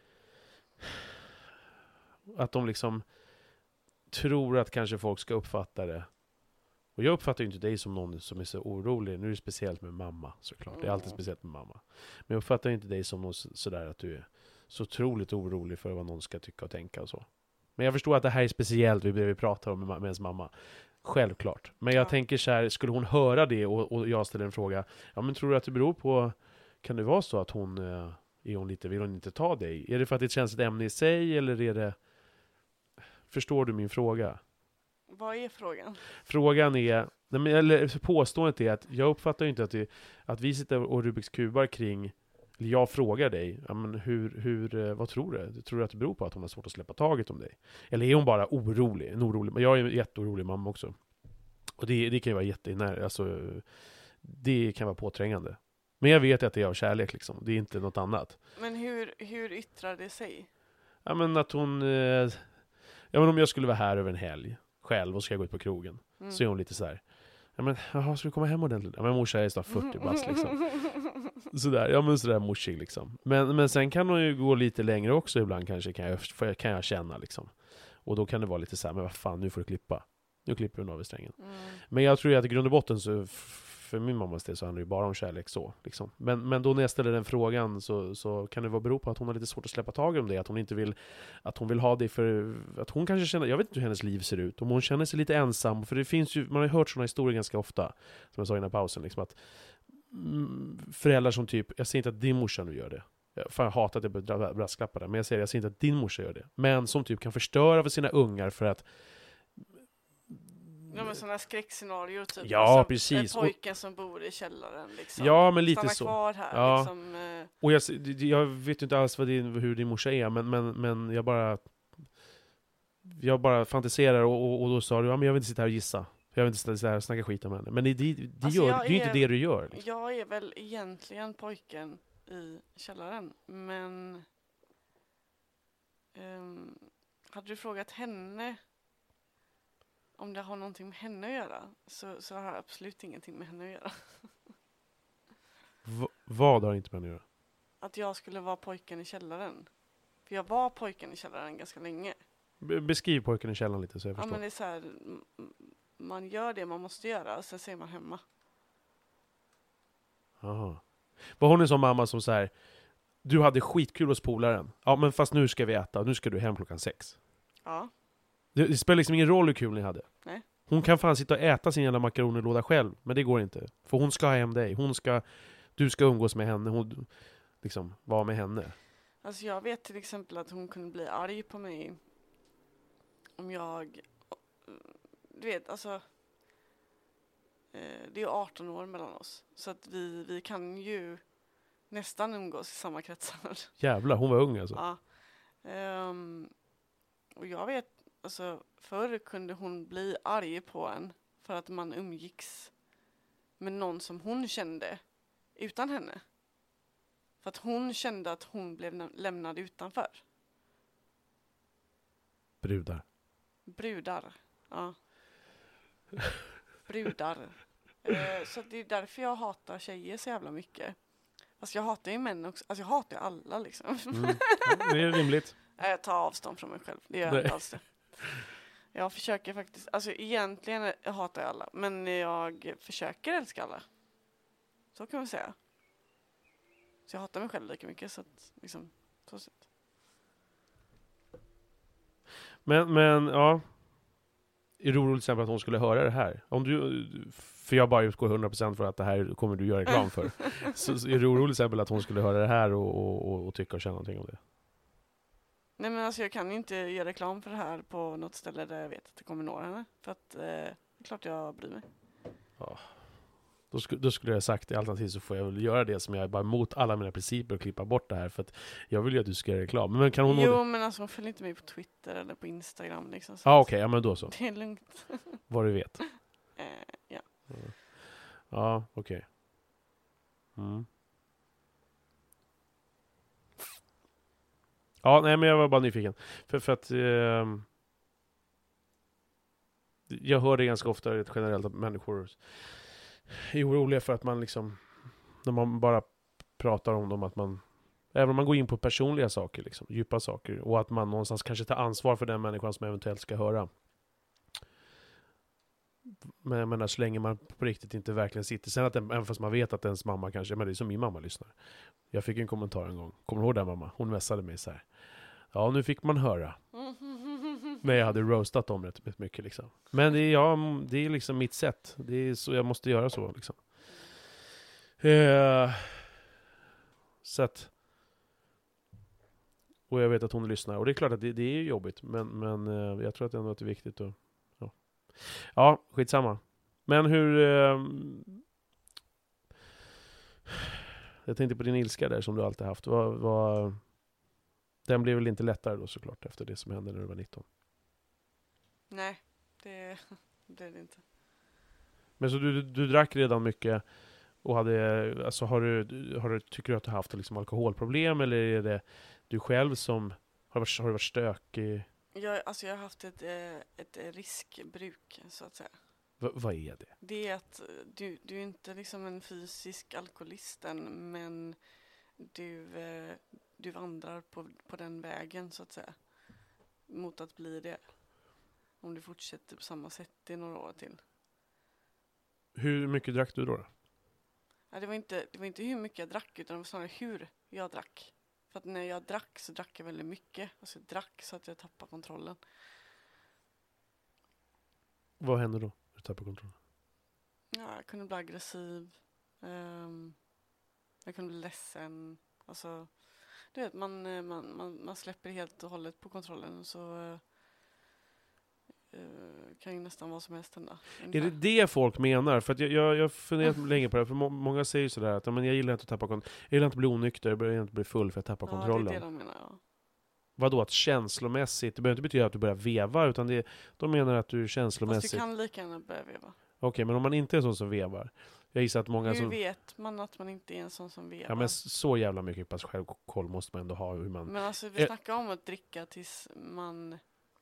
Att de liksom tror att kanske folk ska uppfatta det. Och jag uppfattar ju inte dig som någon som är så orolig. Nu är det speciellt med mamma såklart. Det är alltid speciellt med mamma. Men jag uppfattar inte dig som någon sådär att du är så otroligt orolig för vad någon ska tycka och tänka och så. Men jag förstår att det här är speciellt, vi pratar om med ens mamma. Självklart. Men jag tänker så här, skulle hon höra det och jag ställer en fråga, ja men tror du att det beror på, kan det vara så att hon, vill hon inte ta dig? Är det för att det känns ett ämne i sig eller är det, förstår du min fråga? Vad är frågan? Frågan är, eller påståendet är att jag uppfattar ju inte att vi sitter och Rubiks kubar kring, eller jag frågar dig, ja, men vad tror du? Tror du att det beror på att hon har svårt att släppa taget om dig? Eller är hon bara orolig? Men jag är en jätteorolig mamma också. Och det kan ju vara jättenära, alltså det kan vara påträngande. Men jag vet att det är av kärlek liksom, det är inte något annat. Men hur yttrar det sig? Ja men att hon, ja men om jag skulle vara här över en helg själv och ska gå ut på krogen, så är hon lite så här. Ja men, jaha, ska du komma hem ordentligt? Ja men morsa är snart 40 bast liksom. Sådär, ja men sådär morsig liksom. Men sen kan hon ju gå lite längre också ibland kanske, kan jag känna liksom. Och då kan det vara lite så här, men vad fan, nu får du klippa. Nu klipper hon av i strängen. Men jag tror ju att i grund och botten så, för min mammas del så handlar det ju bara om kärlek så liksom. Men då när jag ställer den frågan så kan det vara bero på att hon har lite svårt att släppa tag om det, att hon inte vill, att hon vill ha det för att hon kanske känner, jag vet inte hur hennes liv ser ut, om hon känner sig lite ensam, för det finns ju, man har ju hört sådana historier ganska ofta, som jag sa innan pausen liksom, att föräldrar som typ, jag säger inte att din morsa nu gör det, fan jag hatar att jag brasklappar det, men jag säger inte att din morsa gör det, men som typ kan förstöra för sina ungar för att Ja men sådana skräckscenarier typ. Ja, alltså, precis. Pojken som bor i källaren liksom. Ja, men lite stanna så. kvar här Ja. liksom. Och jag vet ju inte alls hur din morsa är, men jag bara fantiserar och då sa du, ja men jag vill inte sitta här och gissa. Jag vill inte sitta här och snacka skit om henne. Men det Alltså, är ju inte det du gör. Liksom. Jag är väl egentligen pojken i källaren, men hade du frågat henne om det har någonting med henne att göra, så har jag absolut ingenting med henne att göra. Vad har inte med henne att göra? Att jag skulle vara pojken i källaren. För jag var pojken i källaren ganska länge. Beskriv pojken i källaren lite så jag Ja förstår. men det är så här, man gör det man måste göra och sen ser man hemma. Aha. Var hon en sån mamma som så här, du hade skitkul hos polaren. Ja men fast nu ska vi äta, nu ska du hem 6:00. Ja. Det spelar liksom ingen roll hur kul ni hade. Nej. Hon kan fan sitta och äta sin jävla makaronilåda själv, men det går inte. För hon ska ha hem dig. Du ska umgås med henne. Hon liksom vara med henne. Alltså jag vet till exempel att hon kunde bli arg på mig om jag, du vet, alltså det är 18 år mellan oss. Så att vi kan ju nästan umgås i samma kretsar. Jävlar, hon var ung alltså. Ja. Och jag vet, alltså förr kunde hon bli arg på en för att man umgicks med någon som hon kände utan henne. För att hon kände att hon blev lämnad utanför. Brudar, ja. Brudar. Så det är därför jag hatar tjejer så jävla mycket. Fast jag hatar ju män också. Alltså jag hatar ju alla liksom. Det är rimligt. Jag tar avstånd från mig själv. Det gör jag inte alls det. Jag försöker faktiskt, alltså egentligen hatar jag alla. Men jag försöker älska alla. Så kan man säga. Så jag hatar mig själv lika mycket. Så att, liksom, så sätt. Men ja. Är det oroligt till exempel att hon skulle höra det här? Om du, för jag bara utgår 100% för att det här kommer du göra reklam för. Så är det oroligt till exempel att hon skulle höra det här och tycka och känna någonting om det? Nej men alltså jag kan ju inte göra reklam för det här på något ställe där jag vet att det kommer nå henne. För att det är klart jag bryr mig. Ja. Då skulle jag sagt i alternativ så får jag väl göra det som jag är bara emot alla mina principer och klippa bort det här för att jag vill ju att du ska göra reklam. Men kan hon Jo men alltså hon följer inte mig på Twitter eller på Instagram liksom. Ja okej, ja men då så. Det är lugnt. Vad du vet. Ja. Ja, okej. Mm. Ja, nej men jag var bara nyfiken. För att jag hör det ganska ofta rätt generellt att människor är oroliga för att man liksom, när man bara pratar om dem, att man, även om man går in på personliga saker, liksom, djupa saker, och att man någonstans kanske tar ansvar för den människan som eventuellt ska höra. Men jag menar, så länge man på riktigt inte verkligen sitter, sen att även fast man vet att ens mamma kanske, men det är som min mamma lyssnar. Jag fick en kommentar en gång, kommer du ihåg den mamma? Hon mässade mig så här. Ja, nu fick man höra. Men jag hade roastat dem rätt mycket liksom. Men det är liksom mitt sätt. Det är så jag måste göra så liksom. Så att, och jag vet att hon lyssnar. Och det är klart att det är jobbigt. Men jag tror att det ändå är viktigt. Och, ja, skitsamma. Men hur... jag tänkte på din ilska där som du alltid haft. Den blev väl inte lättare då såklart efter det som hände när du var 19? Nej, det blev det inte. Men så du drack redan mycket och hade, alltså tycker du att du har haft liksom alkoholproblem, eller är det du själv som har du varit stökig? Jag har haft ett riskbruk så att säga. Vad är det? Det är att du är inte liksom en fysisk alkoholist än, men du vandrar på den vägen så att säga mot att bli det. Om du fortsätter på samma sätt i några år till. Hur mycket drack du då? Ja, det var inte hur mycket jag drack, utan det var snarare hur jag drack. För att när jag drack så drack jag väldigt mycket. Alltså jag drack så att jag tappade kontrollen. Vad händer då när du tappar kontrollen? Ja, jag kunde bli aggressiv. Jag kunde bli ledsen. Alltså, du vet, man släpper helt och hållet på kontrollen, så kan ju nästan vad som helst hända. Är det folk menar? För att jag funderat länge på det. För många säger sådär att men jag gillar inte att tappa kontrollen. Jag gillar inte att bli onykter. Jag gillar inte att bli full för att tappa kontrollen. Ja, det är det de menar, ja. Vadå, att känslomässigt? Det behöver inte betyda att du börjar veva, utan de menar att du känslomässigt... Fast du kan lika gärna börja veva. Okej, men om man inte är sån som vevar. Jag gissar att många hur som... vet man att man inte är en sån som vevar? Ja, men så jävla mycket pass självkoll måste man ändå ha hur man... Men alltså, vi snackar om att dricka tills man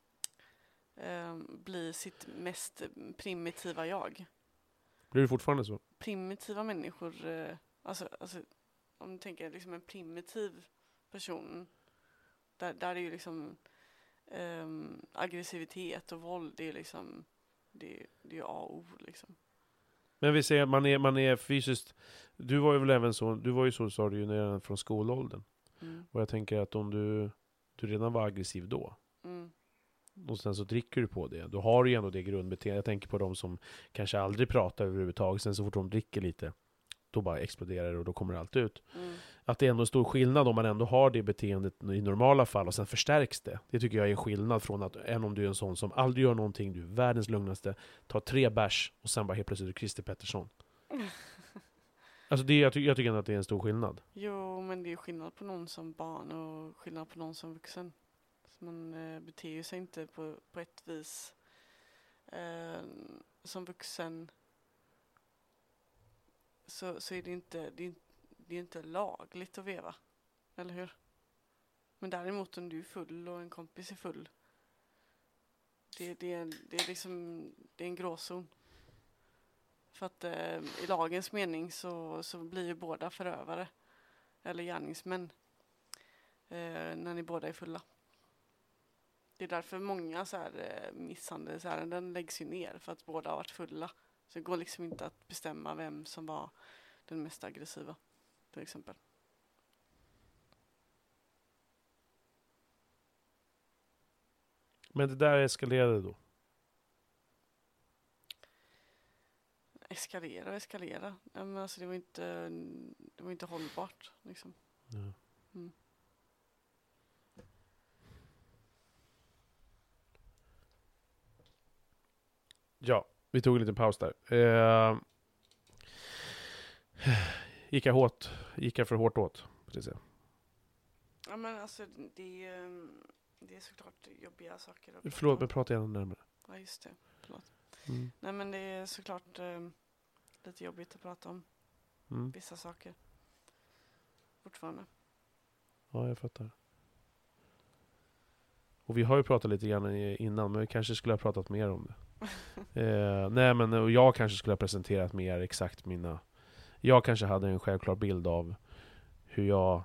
blir sitt mest primitiva jag. Blir det fortfarande så? Primitiva människor, alltså om du tänker liksom en primitiv person, där är ju liksom aggressivitet och våld, det är liksom det är A och O liksom. Men vi säger man är fysiskt... Du var ju väl även så... Du var ju så, sa du ju, redan från skolåldern. Och jag tänker att om du redan var aggressiv då, och sen så dricker du på det, då har du ju ändå det grundbeteendet. Jag tänker på de som kanske aldrig pratar överhuvudtaget, sen så fort de dricker lite, då bara exploderar det och då kommer allt ut. Att det är ändå en stor skillnad om man ändå har det beteendet i normala fall och sen förstärks det. Det tycker jag är en skillnad från att än om du är en sån som aldrig gör någonting, du är världens lugnaste, tar 3 bärs och sen bara helt plötsligt är du Christer Pettersson. Alltså jag tycker ändå att det är en stor skillnad. Jo, men det är skillnad på någon som barn och skillnad på någon som vuxen. Så man beter ju sig inte på ett vis som vuxen, så är det är inte lagligt att veva, eller hur? Men däremot om du är full och en kompis är full, det är liksom, det är en gråzon. För att i lagens mening så blir ju båda förövare eller gärningsmän när ni båda är fulla. Det är därför många så här misshandelsärenden läggs ju ner, för att båda har varit fulla. Så det går liksom inte att bestämma vem som var den mest aggressiva, till exempel. Men det där eskalerade då? Eskalera. Ja, men alltså det var inte hållbart liksom. Ja. Mm. Ja, vi tog en liten paus där. Gick jag för hårt åt? Precis. Ja, men alltså det är såklart jobbiga saker. Förlåt, men prata gärna närmare. Ja, just det. Förlåt. Mm. Nej, men det är såklart lite jobbigt att prata om vissa saker. Fortfarande. Ja, jag fattar. Och vi har ju pratat lite grann innan, men vi kanske skulle ha pratat mer om det. Nej, men och jag kanske skulle ha presenterat mer exakt mina... Jag kanske hade en självklar bild av hur jag...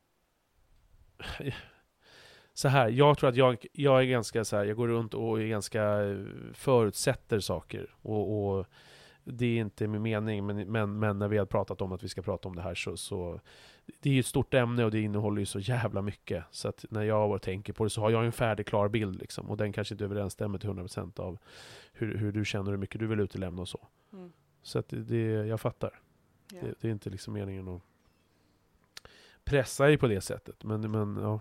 Så här, jag tror att jag är ganska så här, jag går runt och är ganska förutsätter saker. Och det är inte min mening, men när vi har pratat om att vi ska prata om det här så det är ju ett stort ämne och det innehåller ju så jävla mycket. Så att när jag tänker på det så har jag en färdig klar bild liksom, och den kanske inte överensstämmer till 100% av hur du känner, hur mycket du vill utelämna och så. Mm. Så att jag fattar. Yeah. Det är inte liksom meningen att pressa dig på det sättet, men ja.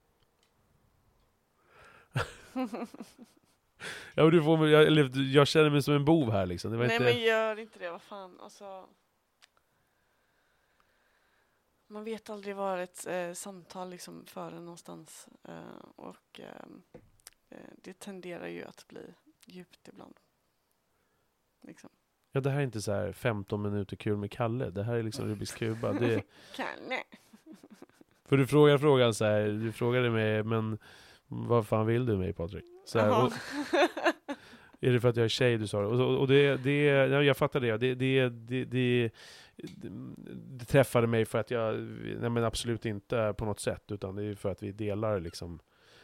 Ja, du får, jag känner mig som en bov här liksom. Det var Nej, inte... men gör inte det, vad fan. Alltså, man vet aldrig var ett samtal liksom före någonstans. Och det tenderar ju att bli djupt ibland. Liksom. Ja, det här är inte så här 15 minuter kul med Kalle. Det här är liksom Rubiks kuba. Kalle. För du frågar frågan så här, du frågade mig, men vad fan vill du mig, Patrik? Så här, och, är det för att jag är tjej du sa det? Och jag fattar det. Det träffade mig för att jag, nej men absolut inte på något sätt, utan det är för att vi delar liksom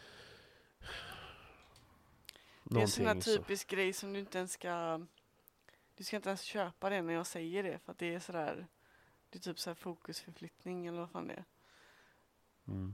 det är en sån här typisk grej som du inte ens ska inte ens köpa det när jag säger det, för att det är sådär, det är typ så här fokusförflyttning eller vad fan det är. Mm.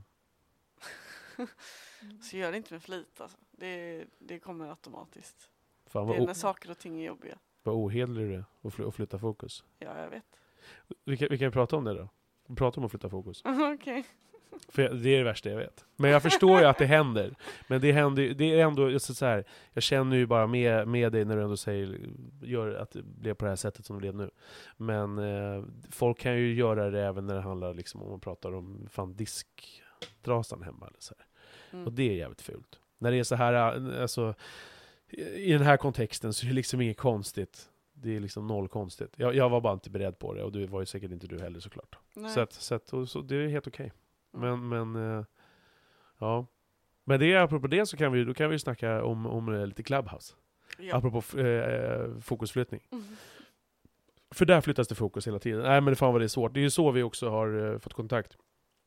Så gör det inte med flit alltså. Det kommer automatiskt. Fan, det är när saker och ting är jobbiga. Vad ohederlig du är att flytta fokus. Ja, jag vet. Vi kan prata om det då. Prata om att flytta fokus. Okej. För det är det värsta jag vet. Men jag förstår ju att det händer. Men det är ändå så här, jag känner ju bara med dig när du ändå gör att det blir på det här sättet som det blev nu. Men folk kan ju göra det även när det handlar liksom om man pratar om diskdrasan hemma eller så här. Och det är jävligt fult. När det är så här, alltså i den här kontexten så är det liksom inget konstigt. Det är liksom noll konstigt. Jag var bara inte beredd på det, och det var ju säkert inte du heller såklart. Så det är helt okej. Men ja. Men det, apropå det, så kan vi snacka om lite Clubhouse. Ja. Apropå fokusflyttning. För där flyttas det fokus hela tiden. Nej, men fan vad det är svårt. Det är ju så vi också har fått kontakt.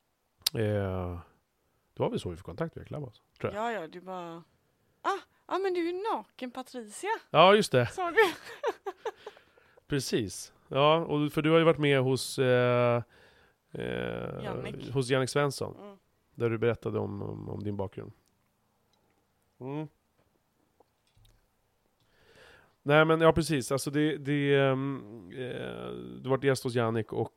Då har vi så vi får kontakt via Clubhouse, tror jag. Ja, du bara... men du är naken, Patricia. Ja, just det. Sa du? Precis. Ja, och för du har ju varit med hos Jannik Svensson. Där du berättade om din bakgrund. Nej, men ja, precis. Alltså du har varit gäst hos Jannik, och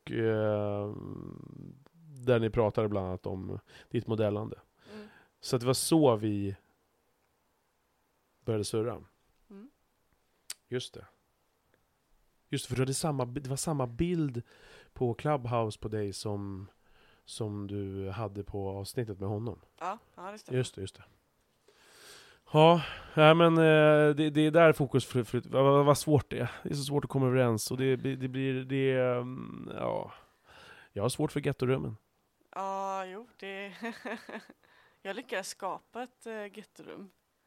där ni pratade bland annat om ditt modellande. Så det var så vi började surra. Just det, för du hade det var samma bild på Clubhouse på dig som du hade på avsnittet med honom. Ja, det stämmer. Just det. Ja, nej, men det är där fokus vad svårt det är. Det är så svårt att komma överens. Och det blir, ja. Jag har svårt för gettorummen. Ja, jo, det... Jag lyckades skapa ett gettorum.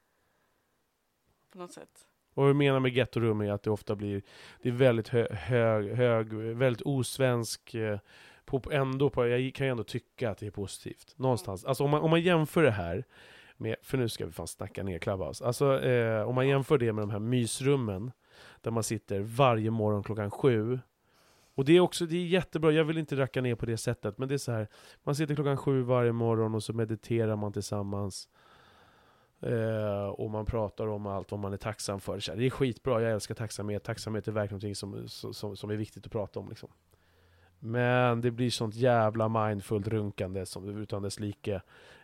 På något sätt. Och vad jag menar med gettorum är att det ofta blir, det är väldigt hög, väldigt osvensk, jag kan ju ändå tycka att det är positivt. Någonstans. Alltså om man jämför det här med, för nu ska vi fan snacka ner Clubhouse. Alltså om man jämför det med de här mysrummen, där man sitter varje morgon 7:00. Och det är jättebra, jag vill inte racka ner på det sättet, men det är så här, man sitter 7:00 varje morgon och så mediterar man tillsammans. Och man pratar om allt vad man är tacksam för. Så det är skitbra, jag älskar tacksamhet. Tacksamhet är verkligen någonting som är viktigt att prata om. Liksom. Men det blir sånt jävla mindfullt runkande utan dess like.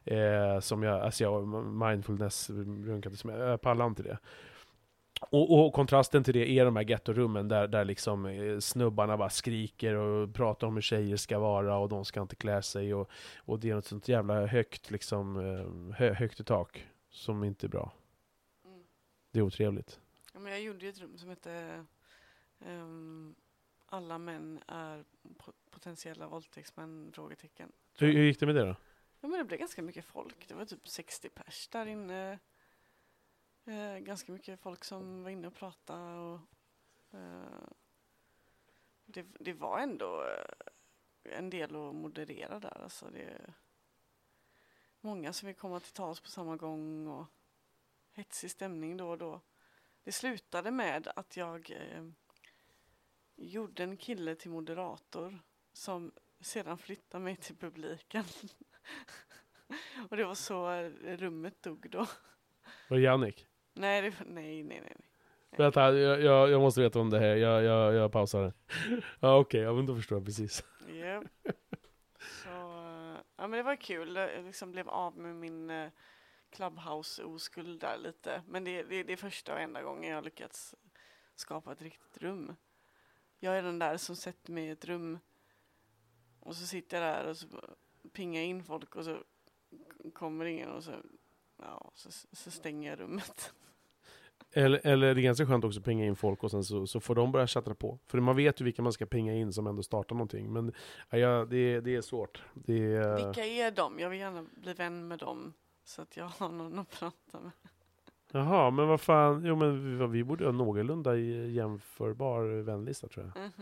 Mindfulness runkande, som jag pallar inte det. Och kontrasten till det är de här gettorummen där liksom snubbarna bara skriker och pratar om hur tjejer ska vara och de ska inte klä sig och det är något sånt jävla högt liksom, högt i tak som inte är bra. Mm. Det är otrevligt. Ja, men jag gjorde ju ett rum som hette alla män är potentiella våldtäktsmän, frågetecken. Hur gick det med det då? Ja, men det blev ganska mycket folk. Det var typ 60 pers där inne. Ganska mycket folk som var inne och pratade. Och, det var ändå en del att moderera där. Alltså det är många som vill komma till tals på samma gång och hetsig stämning då och då. Det slutade med att jag gjorde en kille till moderator som sedan flyttade mig till publiken. Och det var så rummet dog då. Var det Jannik? Nej. Vänta, jag måste veta om det här. Jag pausar det. Ja, okej, men då förstår jag precis. Yep. Så, ja, men det var kul. Jag liksom blev av med min Clubhouse-oskuld där lite. Men det är första och enda gången jag lyckats skapa ett riktigt rum. Jag är den där som sätter mig i ett rum och så sitter jag där och så pingar in folk och så kommer ingen och så stänger jag rummet. Eller det är ganska skönt också att pinga in folk och sen så får de börja chatta på. För man vet ju vilka man ska pinga in som ändå startar någonting. Men det är svårt. Vilka är de? Jag vill gärna bli vän med dem så att jag har någon att prata med. Jaha, men vad fan. Jo, men vi borde ha någorlunda jämförbar vänlista, tror jag.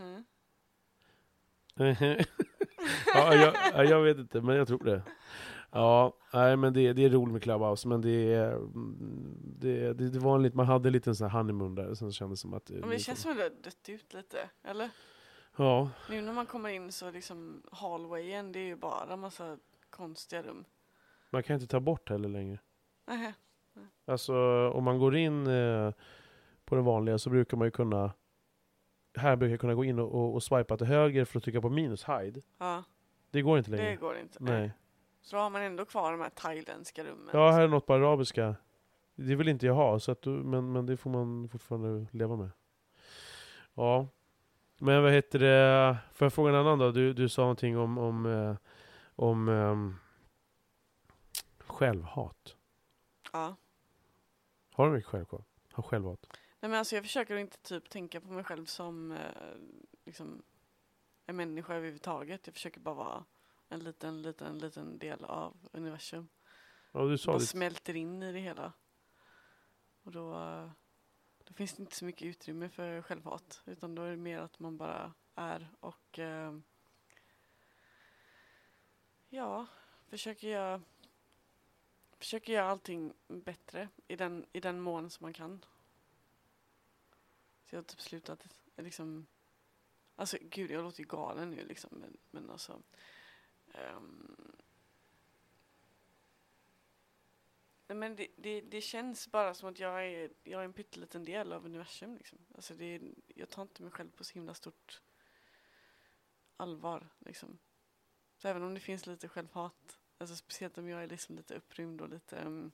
Ja, jag vet inte, men jag tror det. Ja, nej, men det är roligt med Clubhouse, men det var man hade en liten sån här honeymoon där, sen kändes det som att... Men det känns som att det har dött ut lite, eller? Ja. Nu när man kommer in så liksom hallwayen, det är ju bara en massa konstiga rum. Man kan inte ta bort heller längre. Nej. Alltså, om man går in på den vanliga så brukar man ju kunna... Här brukar jag kunna gå in och swipa till höger för att trycka på minus hide. Ja. Det går inte längre. Det går inte. Nej. Så då har man ändå kvar de här thailändska rummen. Ja, här är något på arabiska. Det vill inte jag ha, så att men det får man fortfarande leva med. Ja. Men vad heter det? Får jag fråga en annan då? Du sa någonting om självhat. Ja. Har du mycket självhat? Har självhat? Nej, men alltså jag försöker inte typ tänka på mig själv som liksom en människa överhuvudtaget. Jag försöker bara vara en liten del av universum. Ja, du sa bara det. Smälter in i det hela. Och då finns det inte så mycket utrymme för självhat. Utan då är det mer att man bara är och försöker göra allting bättre i den mån som man kan. Så jag har typ slutat liksom, alltså gud, jag låter ju galen nu liksom, men alltså men det känns bara som att jag är en pytteliten del av universum liksom. Alltså jag tar inte mig själv på så himla stort allvar liksom. Så även om det finns lite självhat, alltså speciellt om jag är liksom lite upprymd och lite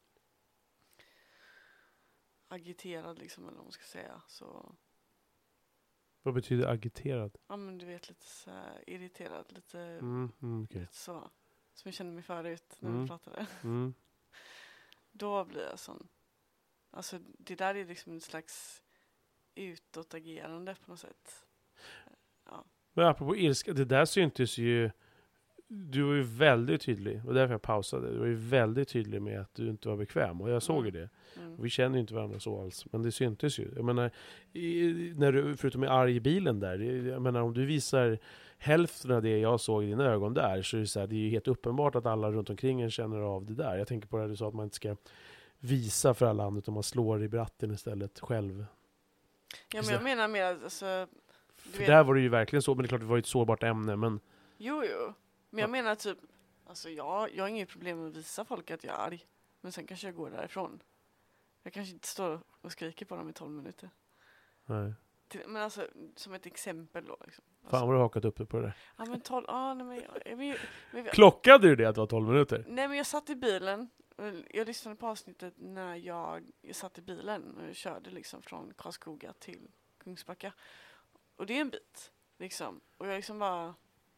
agiterad liksom, eller vad man ska säga, så... Vad betyder agiterad? Ja, men du vet, lite så här irriterad, lite, okay. lite så. Som jag kände mig förut när vi pratade. Då blir jag sån. Alltså det där är liksom en slags utåtagerande på något sätt. Ja. Men apropå ilska, det där syntes ju. Du var ju väldigt tydlig, och därför jag pausade. Du var ju väldigt tydlig med att du inte var bekväm, och jag såg ju det. Och vi känner ju inte varandra så alls, men det syntes ju. Jag menar, när du, förutom i arg bilen där, jag menar om du visar hälften av det jag såg i dina ögon där, så är det så här, det är ju helt uppenbart att alla runt omkring en känner av det där. Jag tänker på det du sa, att man inte ska visa för alla andra, utan man slår i bratten istället själv. Ja, men jag menar mer att alltså, för där var det ju verkligen så, men det är klart det var ju ett sårbart ämne, men... Jo. Men jag menar typ, alltså jag har inget problem med att visa folk att jag är arg. Men sen kanske jag går därifrån. Jag kanske inte står och skriker på dem i 12 minuter. Nej. Men alltså, som ett exempel då. Liksom. Alltså, Fan vad du har hakat upp på det. Ja, men 12, nej men Klockade du det att det var 12 minuter? Nej, men jag satt i bilen. Jag lyssnade på avsnittet när jag satt i bilen och körde liksom från Karlskoga till Kungsbacka. Och det är en bit, liksom. Och jag liksom bara...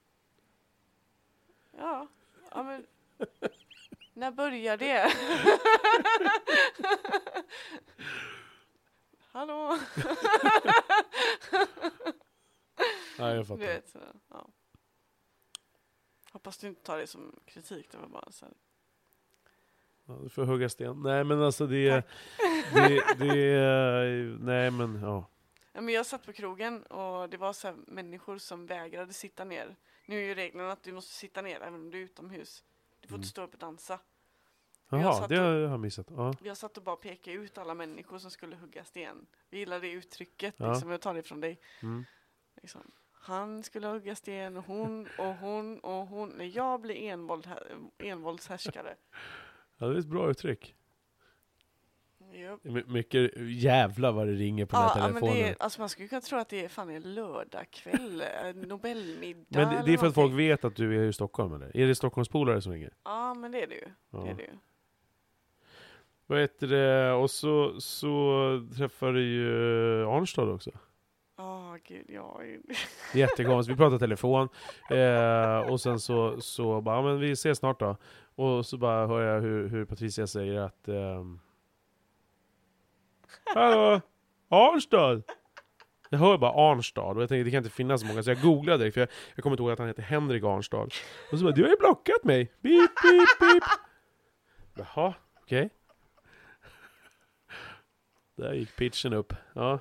Ja men... När börjar det? Hallå? Nej, jag fattar. Du vet, ja. Hoppas du inte tar det som kritik. Det var bara så här. Ja, du får hugga sten. Nej, men alltså det nej, men ja. Ja, men jag satt på krogen och det var så här människor som vägrade sitta ner. Nu är ju reglerna att du måste sitta ner även om du är utomhus. Du får inte stå upp och dansa. Jaha, det har jag missat. Ja. Jag satt och bara pekade ut alla människor som skulle hugga sten. Jag gillar det uttrycket, Ja. liksom, jag tar det från dig. Mm. Liksom. Han skulle hugga sten och hon. När jag blir envåldshärskare. Ja, det är ett bra uttryck. Yep. Mycket jävla vad det ringer på den här telefonen. Men det är, alltså man skulle kunna tro att det är fan en lördagkväll, Nobelmiddag. Men det är för att folk vet att du är i Stockholm, eller? Är det Stockholmspolare som ringer? Ja, men det är det ju. Ja. Det är det ju. Vad heter det? Och så träffar du ju Arnstad också. Gud, Jättekonstigt. Vi pratar telefon. Och sen så bara, men vi ses snart då. Och så bara hör jag hur Patricia säger att hallå, Arnstad. Jag hör bara Arnstad och jag tänkte det kan inte finnas så många, så jag googlade direkt, för jag kommer inte ihåg att han heter Henrik Arnstad. Och så bara, du har ju blockat mig. Beep, beep, beep. Jaha, okej. Där gick pitchen upp. Ja.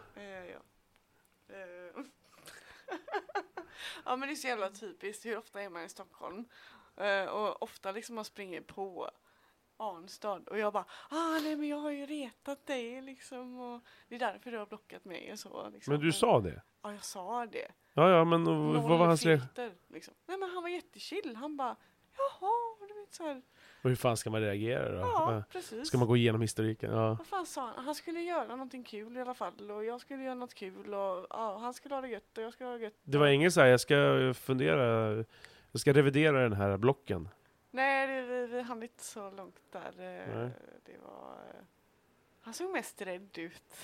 Ja, men det är så jävla typiskt. Hur ofta är man i Stockholm? Och ofta liksom man springer på Arnstad. Och jag bara, nej men jag har ju retat dig liksom. Och det är därför du har blockat mig och så. Liksom. Men du sa det? Ja, jag sa det. Ja, men vad var hans reaktion? Liksom. Nej, men han var jättechill. Han bara, jaha, du vet så här. Och hur fan ska man reagera då? Ja, precis. Ska man gå igenom historiken? Ja. Vad fan sa han? Han skulle göra någonting kul i alla fall. Och jag skulle göra något kul. Och han skulle ha det gött och jag skulle ha det gött. Det var ingen så här, jag ska revidera den här blocken. Nej, vi hann inte så långt där. Det var... Han såg mest rädd ut.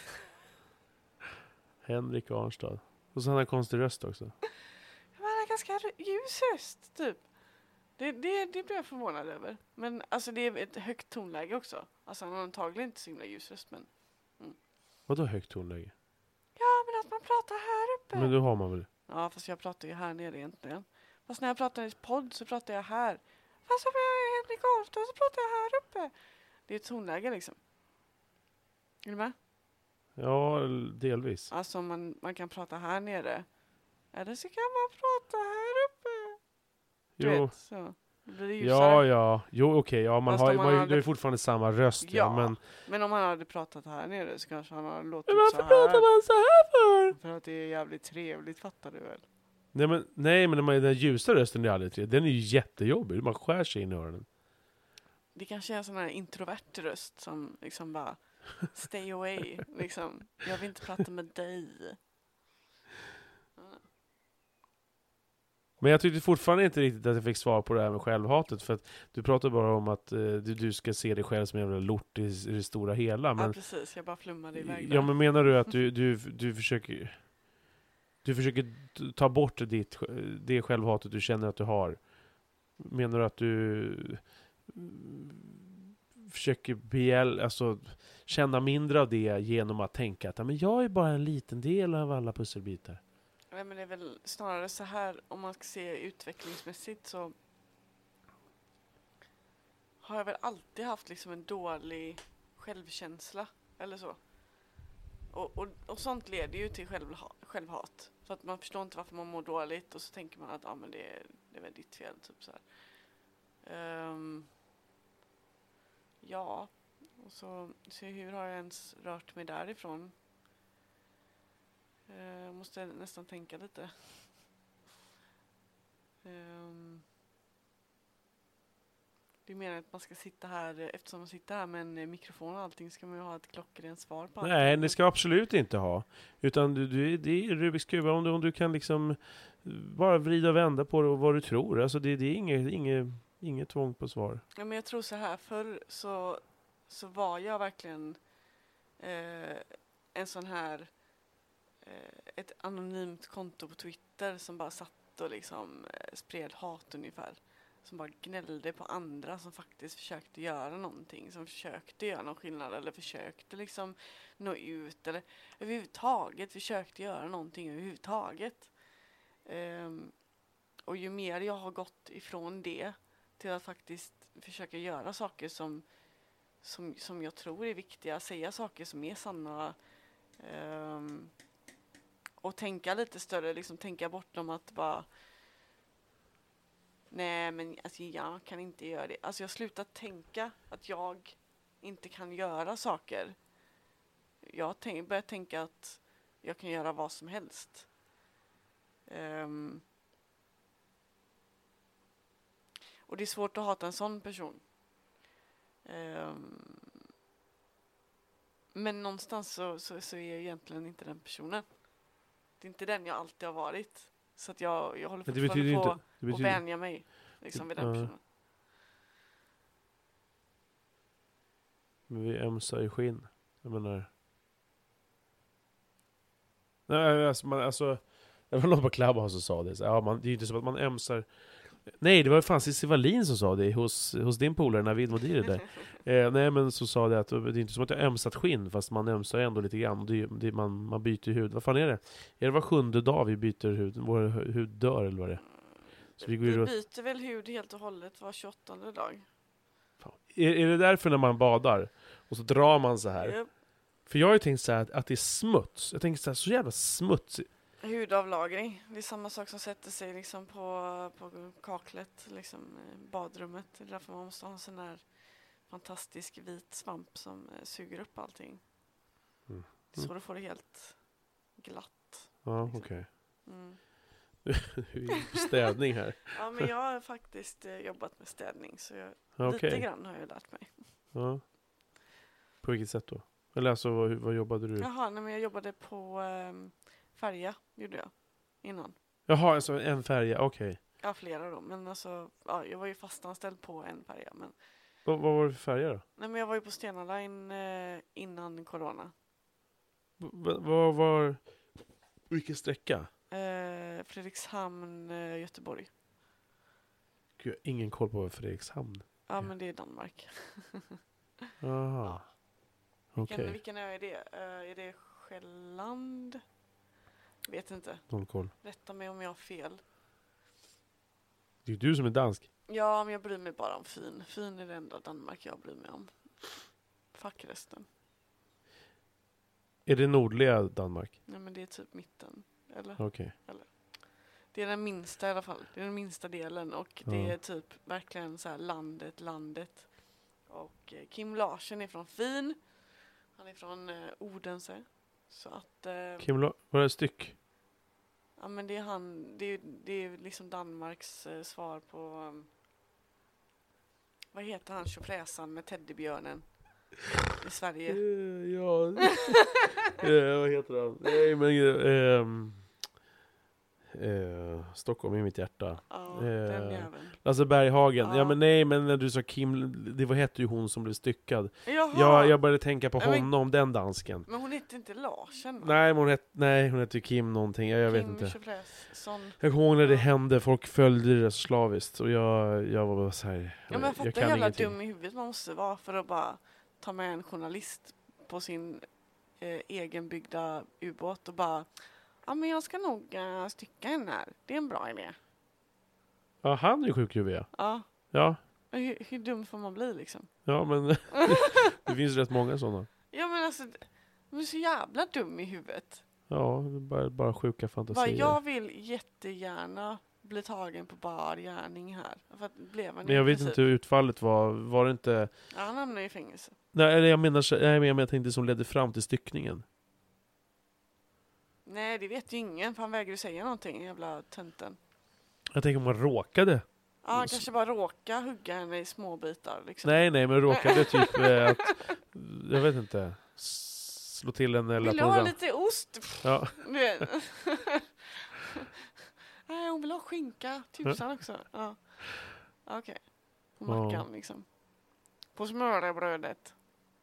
Henrik Arnstad. Och så har han en konstig röst också. Han har en ganska ljus röst, typ. Det blev jag förvånad över. Men alltså det är ett högt tonläge också. Alltså han har antagligen inte så himla ljus röst, men... Vadå högt tonläge? Ja, men att man pratar här uppe. Men då har man väl... Ja, fast jag pratar ju här nere egentligen. Fast när jag pratar i podd så pratar jag här. Fast om jag är Henrik Arnstad så pratar jag här uppe. Det är ett tonläge liksom. Är du med? Ja, delvis. Alltså man kan prata här nere. Eller så kan man prata här uppe. Du Jo. vet, så. Det blir ljusare. Ja. Jo, okej. Ja, Fast om man det är fortfarande samma röst. Ja, men om han hade pratat här nere så kanske han hade låtit men så varför här. pratar man så här för? För att det är jävligt trevligt, fattar du väl? Nej, men den ljusa rösten är aldrig trevlig. Den är ju jättejobbig. Man skär sig in i öronen. Det kanske är en sån här introvert röst som liksom bara stay away, liksom. Jag vill inte prata med dig. Men jag tyckte fortfarande inte riktigt att jag fick svar på det här med självhatet. För att du pratar bara om att du ska se dig själv som en jävla lort i det stora hela. Men, ja, precis. Jag bara flummade iväg där. Ja, men menar du att du försöker ta bort det självhatet du känner att du har? Menar du att du försöker alltså känna mindre av det genom att tänka att men jag är bara en liten del av alla pusselbitar. Nej, men det är väl snarare så här, om man ska se utvecklingsmässigt, så har jag väl alltid haft liksom en dålig självkänsla eller så. Och sånt leder ju till självhat. För att man förstår inte varför man mår dåligt, och så tänker man att men det är väl ditt fel, typ så här. Ja, och så hur har jag ens rört mig därifrån? Jag måste nästan tänka lite. Det är mer att man ska sitta här, eftersom man sitter här med en mikrofon och allting, ska man ju ha ett klockrent svar på allting. Nej, det ska absolut inte ha. Utan det är Rubiks kub, om du kan liksom bara vrida och vända på det och vad du tror. Alltså det är inget tvång på svar. Ja, men jag tror så här, förr så var jag verkligen en sån här ett anonymt konto på Twitter som bara satt och liksom spred hat ungefär. Som bara gnällde på andra som faktiskt försökte göra någonting. Som försökte göra någon skillnad eller försökte liksom nå ut. Eller överhuvudtaget försökte göra någonting överhuvudtaget. Och ju mer jag har gått ifrån det till att faktiskt försöka göra saker som jag tror är viktiga. Säga saker som är sanna. Och tänka lite större. Liksom tänka bortom att bara... Nej, men alltså, jag kan inte göra det. Alltså jag har slutat tänka att jag inte kan göra saker. Jag börjar tänka att jag kan göra vad som helst. Och det är svårt att hata en sån person. Men någonstans så är jag egentligen inte den personen. Det är inte den jag alltid har varit. Så att jag håller fortfarande på att vänja mig liksom vid den personen. Men vi ömsar i skinn. Jag menar... Nej, alltså det var någon på Clubhouse som sa det. Så, ja, det är ju inte så att man ömsar... Nej, det var fan Cissi Wallin som sa det hos din polare Navid Modiri där. Nej, men så sa det att det är inte som att jag ömsat skinn, fast man ömsar ändå lite grann. Man byter hud. Vad fan är det? Är det var 7:e dag vi byter hud? Vår hud dör eller vad det är? Så vi byter väl hud helt och hållet var 28:e dag. Fan. Är det därför när man badar och så drar man så här? Yep. För jag har ju tänkt så här att det är smuts. Jag tänker så jävla smutsigt. Hudavlagring. Det är samma sak som sätter sig liksom på kaklet, liksom badrummet. Det är därför man måste ha en sån här fantastisk vit svamp som suger upp allting. Så du får det helt glatt. Ja, liksom. Okej. Städning här. Ja, men jag har faktiskt jobbat med städning, så lite grann har jag lärt mig. Ja. På vilket sätt då? Eller alltså, vad jobbade du? Jaha, nej, men jag jobbade på färja, gjorde jag innan. Jaha, alltså en färja, okej. Ja, flera då, men alltså, ja, jag var ju fastanställd på en färja. Men... Vad var det för färja då? Nej, men jag var ju på Stena Line innan corona. Vilken sträcka? Fredrikshamn, Göteborg. Gud, jag har ingen koll på Fredrikshamn. Ja, men det är Danmark. Jaha. Okej. Vilken ö är det? Är det Själland? Vet inte. Noll koll. Rätta mig om jag har fel. Det är du som är dansk. Ja, men jag bryr mig bara om Fyn. Fyn är det enda Danmark jag bryr mig om. Fuck resten. Är det nordliga Danmark? Nej, men det är typ mitten. Eller? Okej. Eller. Det är den minsta i alla fall. Det är den minsta delen. Och det är typ verkligen så här landet. Och Kim Larsen är från Fyn. Han är från Odense. Så att... Var det styck? Ja, men det är han. Det är liksom Danmarks svar på... vad heter han, tjofräsan med teddybjörnen i Sverige? Ja. Vad heter han? Nej, men... Stockholm i mitt hjärta. Ja, den jäveln. Lasse Berghagen. Ja. Ja men nej, men när du sa Kim, det hette ju hon som blev styckad. Jaha. Jag började tänka på Nej, men- honom, den dansken. Men hon heter inte Larsen, va? Nej, men hon hette ju Kim någonting, jag vet inte. Sån. Jag kommer ihåg när det Ja. hände, folk följde det så slaviskt. Och jag var bara så här. Ja, men jag fattar kan hur jävla ingenting. dum i huvudet man måste vara för att bara ta med en journalist på sin egenbyggda ubåt och bara ja, men jag ska nog stycka henne här. Det är en bra idé. Ja, han är ju sjuk i huvudet. Ja. Ja, Hur dum får man bli liksom? ja men det finns rätt många sådana. Ja, men alltså man är så jävla dum i huvudet. Ja, bara sjuka fantasier. Jag vill jättegärna bli tagen på bar gärning här. För att blev han Men jag i vet princip- inte hur utfallet var. Var det inte... Ja, han hamnade i fängelse. Nej, eller jag tänkte som ledde fram till styckningen. Nej, det vet ju ingen för han vägrade säga någonting, jävla tönten. Jag tänker om man råkade. Ja, han kanske bara råkade hugga henne i små bitar liksom. Nej, men råkade typ att... Jag vet inte. Slå till en eller Vill du ha lite ost? Ja. Du vet. Nej, hon vill ha skinka. Tusan också. Ja. Okej. På mackan liksom. På smörrebrödet.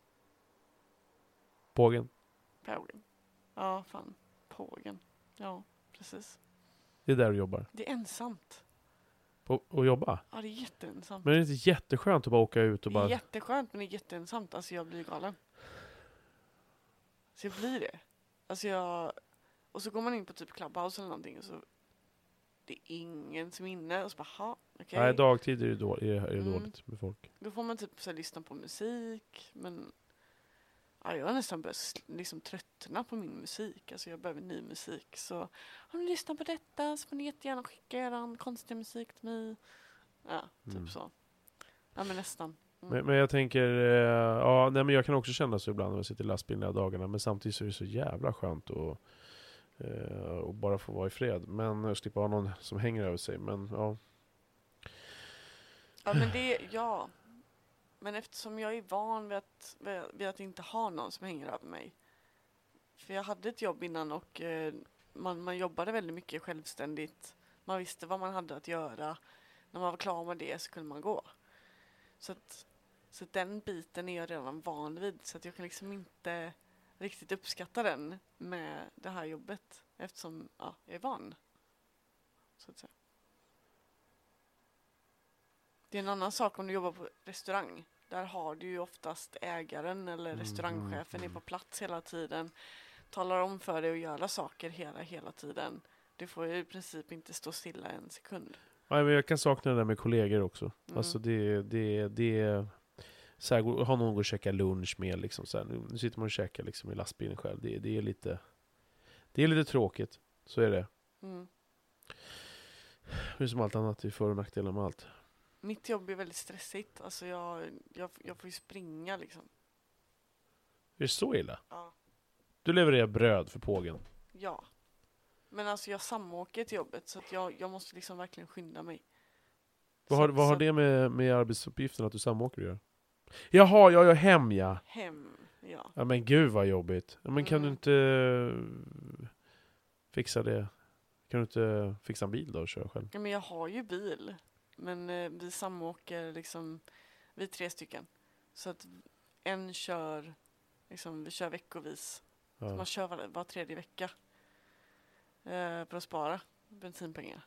Pågen. Pågen. Ja, fan. Pågen. Ja, precis. Det är där du jobbar. Det är ensamt. Och jobba. Ja, det är jätteensamt. Men det är inte jätteskönt att bara åka ut och Det är bara... jätteskönt, men det är jätteensamt. Alltså, jag blir galen. Så jag blir det. Alltså, och så går man in på typ Clubhouse eller någonting och så det är ingen som är inne och så bara, ha, okej. Nej, dagtid är det Mm. dåligt med folk. Då får man typ så här, lyssna på musik, men ja, jag har nästan börjat liksom tröttna på min musik. Alltså jag behöver ny musik. Så om ni lyssnar på detta så får ni jättegärna skicka er konstiga musik till mig. Ja, typ så. Ja, men nästan. Men jag tänker, men jag kan också känna så ibland när jag sitter i lastbilen hela dagarna, men samtidigt så är det så jävla skönt att och bara få vara i fred. Men slippa ha någon som hänger över sig. Men ja. Ja, men ja. Men eftersom jag är van vid att inte ha någon som hänger över mig. För jag hade ett jobb innan och man jobbade väldigt mycket självständigt. Man visste vad man hade att göra. När man var klar med det så kunde man gå. Så den biten är jag redan van vid. Så att jag kan liksom inte riktigt uppskatta den med det här jobbet. Eftersom jag är van. Så att säga. Det är en annan sak om du jobbar på restaurang. Där har du ju oftast ägaren eller restaurangchefen är på plats hela tiden. Talar om för dig att göra saker hela tiden. Du får ju i princip inte stå stilla en sekund. Nej, men jag kan sakna det där med kollegor också. Alltså det så här, ha någon att käka lunch med liksom, så här, nu sitter man och käkar liksom i lastbilen själv. Det är lite tråkigt. Så är det. Det är som allt annat, det är för- och nackdelar med allt. Mitt jobb är väldigt stressigt. Alltså jag får ju springa liksom. Är det så illa? Ja. Du levererar bröd för pågen. Ja. Men alltså jag samåker till jobbet så att jag måste liksom verkligen skynda mig. Vad har det med arbetsuppgiften att du samåker att göra? Jaha, jag hem, ja. Hem, ja. Ja men gud vad jobbigt. Ja, men kan du inte fixa det? Kan du inte fixa en bil då och köra själv? Ja, men jag har ju bil. Men vi samåker liksom, vi är 3 stycken. Så att en kör, liksom, vi kör veckovis. Ja. Så man kör var 3:e vecka. För att spara bensinpengar.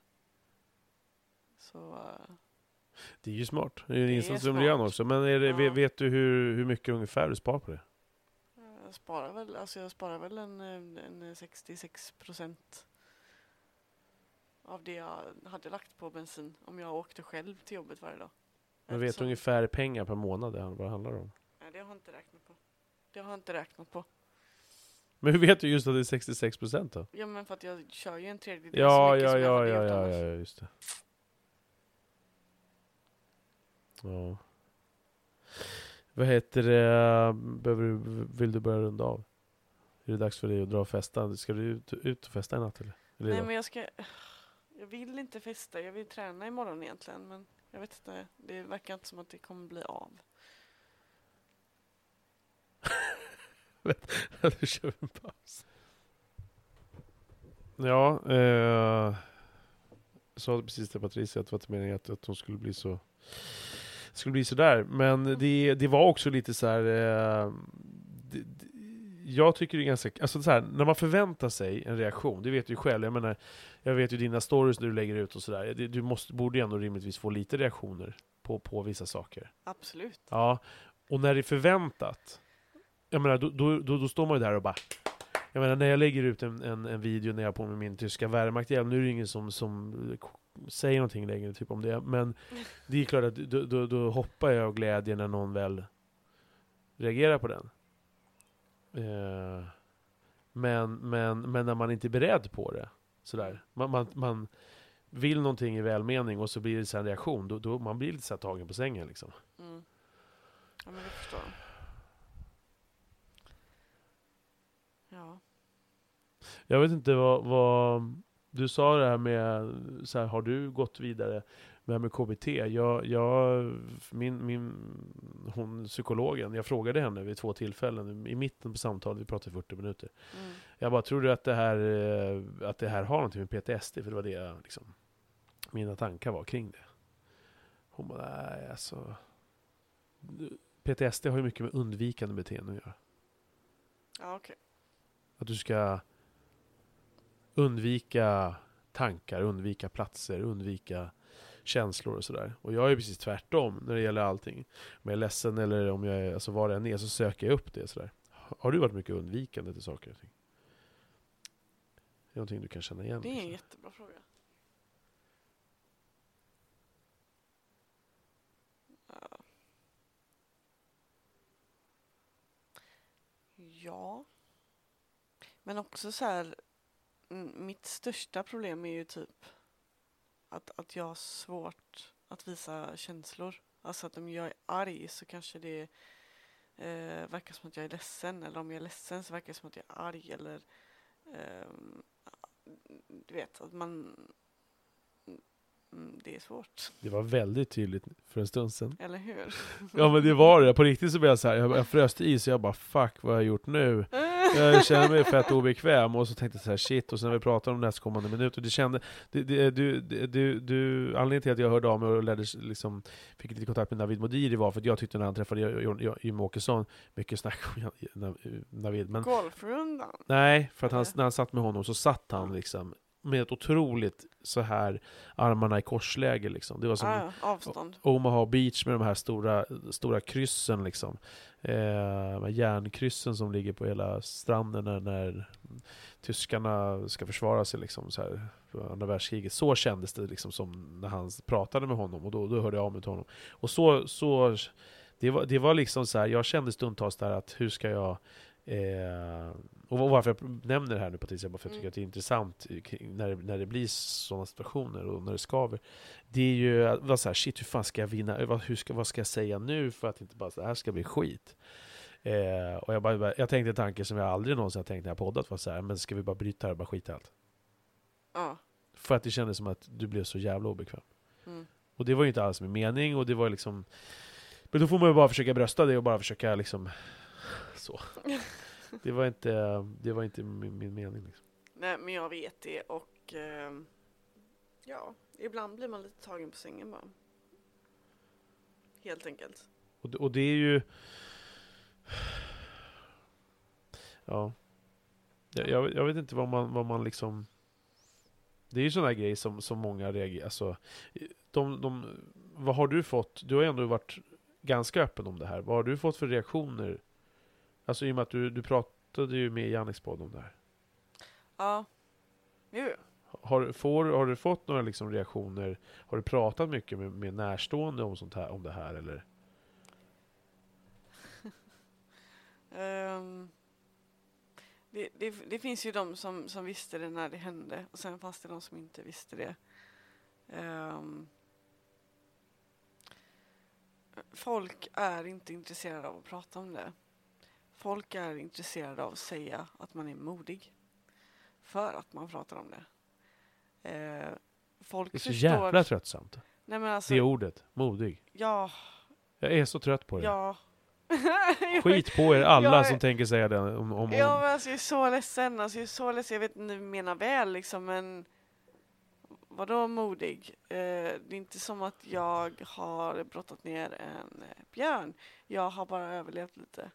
Så Det är ju smart. Det är ju en Det är insats som gör smart. också. Men är det, Ja. vet du hur mycket ungefär du sparar på det? jag sparar väl en 66% av det jag hade lagt på bensin om jag åkte själv till jobbet varje dag. Men vet du ungefär pengar per månad vad det handlar om? Nej, det har jag inte räknat på. Men hur vet du just att det är 66% då? Ja, men för att jag kör ju en tredjedel så Ja, mycket som jag hade gjort annars. just det. Ja. Vad heter det? Vill du börja runda av? Är det dags för dig att dra och festa? Ska du ut och festa i natt eller? Nej, idag? men jag vill inte festa. Jag vill träna imorgon egentligen, men jag vet inte. Det verkar inte som att det kommer bli av. Du kör en paus. Ja, sa precis till Patricia att det var inte meningen att hon skulle bli så där. Men det var också lite så här. Jag tycker det är ganska, alltså så här, när man förväntar sig en reaktion, det vet du ju själv. Jag menar, jag vet ju dina stories du lägger ut och sådär. Du borde ju ändå rimligtvis få lite reaktioner på vissa saker. Absolut. Ja, och när det är förväntat, jag menar, då står man ju där och bara, jag menar, när jag lägger ut en video när jag har på med min tyska Wehrmachthjälm, nu är det ingen som säger någonting längre typ om det, men det är klart att då hoppar jag av glädje när någon väl reagerar på den. Men när man inte är beredd på det sådär, man vill någonting i välmening och så blir det så en reaktion, då man blir lite så här tagen på sängen liksom. Ja, men jag förstår. Ja. Jag vet inte vad du sa det här med så här, har du gått vidare med KBT? Hon psykologen, jag frågade henne vid 2 tillfällen i mitten på samtalet, vi pratade 40 minuter. Jag bara, tror du att det här har någonting med PTSD? För det var det liksom, mina tankar var kring det. Hon bara, nej alltså, PTSD har ju mycket med undvikande beteende att göra. Ja, okej. Att du ska undvika tankar, undvika platser, undvika känslor och sådär. Och jag är precis tvärtom när det gäller allting. Om jag är ledsen eller om jag är, alltså var jag är så söker jag upp det sådär. Har du varit mycket undvikande till saker och ting? Det är någonting du kan känna igen. Det är en liksom. jättebra fråga. Ja. Men också så här, mitt största problem är ju typ att jag har svårt att visa känslor. Alltså att om jag är arg så kanske det verkar som att jag är ledsen. Eller om jag är ledsen så verkar det som att jag är arg. Eller du vet, att man... Det är svårt. Det var väldigt tydligt för en stund sedan. Eller hur? Ja men det var det. På riktigt så blev jag så här, jag fröste i så jag bara fuck vad jag har gjort nu. Jag känner mig fett obekväm och så tänkte jag så här shit, och sen när vi pratade om nästkommande minut och det kände du anledningen till att jag hörde av mig och fick lite kontakt med Navid Modiri var för att jag tyckte när han träffade Jimmie Åkesson, mycket snack om Navid, men golfrundan. nej, för att när han satt med honom så satt han liksom med ett otroligt så här armarna i korsläge liksom. Det var som avstånd. Omaha Beach med de här stora kryssen liksom. Järnkryssen som ligger på hela stranden när tyskarna ska försvara sig liksom så här för andra världskriget. Så kändes det liksom som när han pratade med honom, och då hörde jag av mig till honom. Och så det var liksom så här, jag kände stundtals där att hur ska jag och varför jag nämner det här nu, Patricia, bara för att jag tycker att det är intressant när det blir sådana situationer och när det skaver. Det är ju vad så här, shit, hur fan ska jag vinna? Vad ska jag säga nu för att inte bara så här ska bli skit? Och jag tänkte en tanke som jag aldrig någonsin har tänkt när jag poddat, var så här, men ska vi bara bryta här och bara skita allt? Ja. För att det kändes som att du blev så jävla obekväm. Och det var ju inte alls min mening, och det var liksom, men då får man ju bara försöka brösta det och bara försöka liksom så. Det var inte min mening liksom. Nej, men jag vet det, och ja, ibland blir man lite tagen på sängen bara. Helt enkelt. Och det är ju ja. Jag vet inte vad man liksom, det är ju sådana här grejer som många reagerar, alltså vad har du fått? Du har ändå varit ganska öppen om det här. Vad har du fått för reaktioner? Alltså i och med att du pratade ju med Janniks podd om det här. Ja. Jo. Har du fått några liksom reaktioner? Har du pratat mycket med närstående om sånt här, om det här eller? Det finns ju de som visste det när det hände, och sen fanns det de som inte visste det. Folk är inte intresserade av att prata om det. Folk är intresserade av att säga att man är modig för att man pratar om det. Folk det är så förstår... jävla tröttsamt. Nej, men alltså, det ordet, modig. Ja. Jag är så trött på det. Ja. Skit på er alla som tänker säga det. Om... Ja, men alltså, jag är så ledsen. Jag vet inte, du menar väl liksom, men vadå modig? Det är inte som att jag har brottat ner en björn. Jag har bara överlevt lite.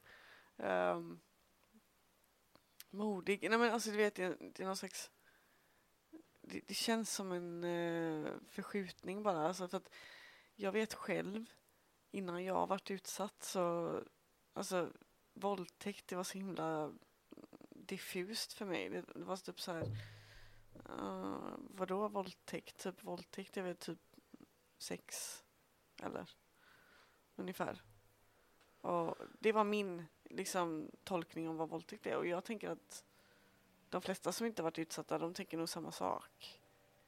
Modig? Nej men alltså du vet, det är någon slags... Det känns som en förskjutning bara. Alltså för att jag vet själv, innan jag varit utsatt så... Alltså våldtäkt, det var så himla diffust för mig. Det var typ så här... vadå våldtäkt? Typ våldtäkt är väl typ sex, eller ungefär. Och det var min liksom tolkning om vad våldtäkt är. Och jag tänker att de flesta som inte varit utsatta, de tänker nog samma sak.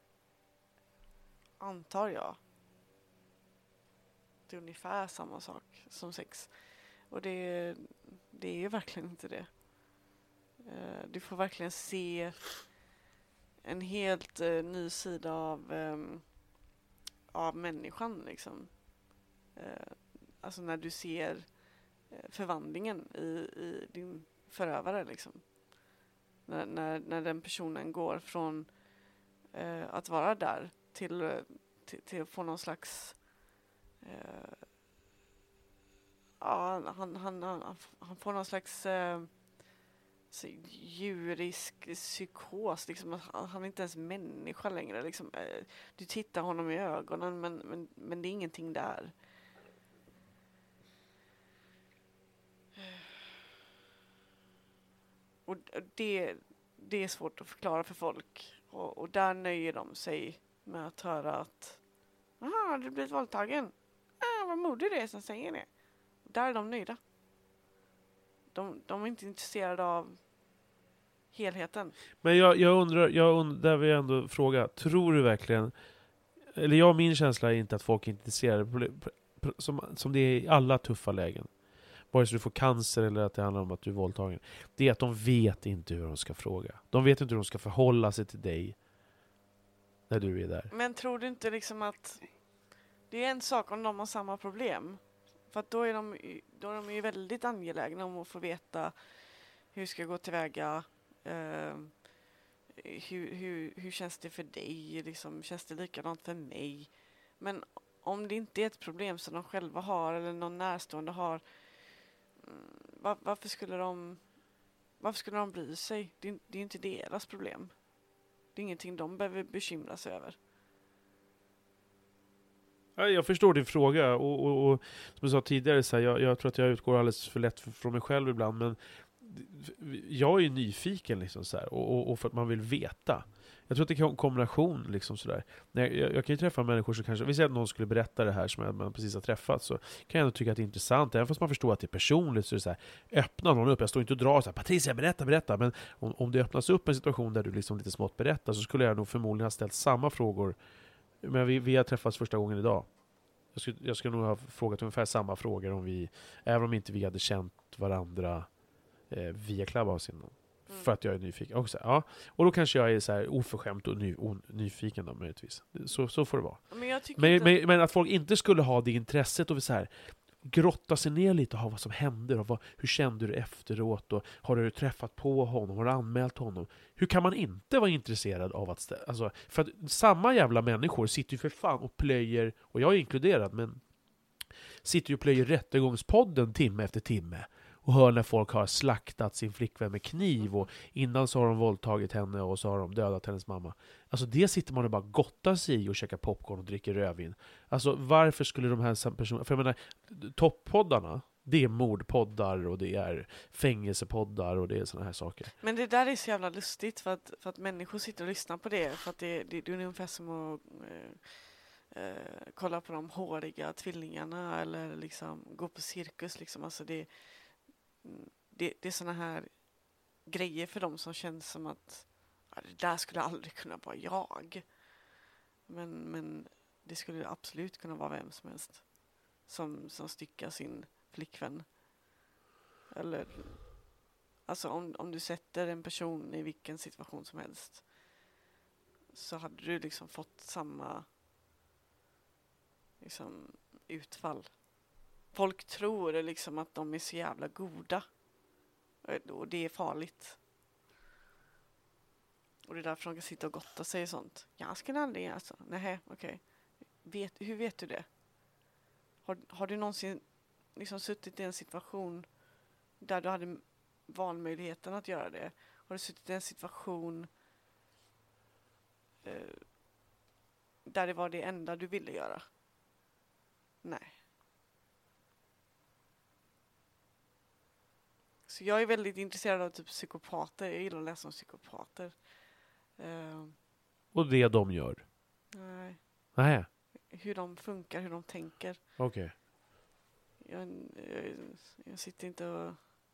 Antar jag. Det är ungefär samma sak som sex. Och det är ju verkligen inte det. Du får verkligen se en helt ny sida av människan liksom. Alltså när du ser förvandlingen i din förövare liksom. När den personen går från att vara där till att få någon slags han får någon slags djurisk psykos liksom. Han är inte ens människa längre liksom. Du tittar honom i ögonen men det är ingenting där. Och det är svårt att förklara för folk. Och där nöjer de sig med att höra att aha, du blivit våldtagen. Vad modig det är som säger det. Och där är de nöjda. De är inte intresserade av helheten. Men jag undrar, där vill jag ändå fråga, tror du verkligen, eller min känsla är inte att folk är intresserade, som det är i alla tuffa lägen, vare sig du får cancer eller att det handlar om att du är våldtagen, det är att de vet inte hur de ska fråga. De vet inte hur de ska förhålla sig till dig när du är där. Men tror du inte liksom att det är en sak om de har samma problem? För att då är de ju väldigt angelägna om att få veta hur ska jag gå tillväga, hur känns det för dig, liksom, känns det likadant för mig? Men om det inte är ett problem som de själva har eller någon närstående har, varför skulle de bry sig? Det är inte deras problem. Det är ingenting de behöver bekymra sig över. Jag förstår din fråga och som jag sa tidigare, så här, jag tror att jag utgår alldeles för lätt från mig själv ibland, men jag är ju nyfiken liksom, så här, och för att man vill veta. Jag tror att det är en kombination liksom, så där. Jag kan ju träffa människor som kanske, vi säger att någon skulle berätta det här som man precis har träffat, så kan jag ändå tycka att det är intressant, även fast man förstår att det är personligt, så är det så här, öppna någon upp, jag står inte och drar så här, Patricia berätta, men om det öppnas upp en situation där du liksom lite smått berättar, så skulle jag nog förmodligen ha ställt samma frågor. Men vi har träffats första gången idag. Jag skulle nog ha frågat ungefär samma frågor även om inte vi hade känt varandra via Clubhouse innan. För att jag är nyfiken. Och då kanske jag är så här oförskämt och nyfiken då, möjligtvis. Så får det vara. Men att folk inte skulle ha det intresset och så här grotta sig ner lite av vad som händer och hur kände du efteråt och har du träffat på honom, har du anmält honom? Hur kan man inte vara intresserad av att alltså, för att samma jävla människor sitter ju för fan och plöjer, och jag är inkluderad, men sitter ju och plöjer Rättegångspodden timme efter timme och hör när folk har slaktat sin flickvän med kniv och innan så har de våldtagit henne och så har de dödat hennes mamma. Alltså det sitter man och bara gottar sig i och käkar popcorn och dricker rödvin. Alltså varför skulle de här personerna... För jag menar, toppoddarna, det är mordpoddar och det är fängelsepoddar och det är såna här saker. Men det där är så jävla lustigt för att människor sitter och lyssnar på det. För att det är ungefär som att kolla på de håriga tvillingarna eller liksom gå på cirkus. Liksom. Alltså det är såna här grejer för dem som känns som att det där skulle aldrig kunna vara jag. Men det skulle absolut kunna vara vem som helst som styckar sin flickvän. Eller alltså om du sätter en person i vilken situation som helst, så hade du liksom fått samma liksom utfall. Folk tror liksom att de är så jävla goda. Och det är farligt. Och det är därför de kan sitta och gotta sig och sånt. Jag skulle aldrig, alltså. Nej, okej. Hur vet du det? Har du någonsin liksom suttit i en situation där du hade valmöjligheten att göra det? Har du suttit i en situation där det var det enda du ville göra? Nej. Så jag är väldigt intresserad av typ psykopater. Jag gillar att läsa om psykopater. Och det de gör? Nej. Nej. Hur de funkar, hur de tänker. Okej. Jag sitter inte och...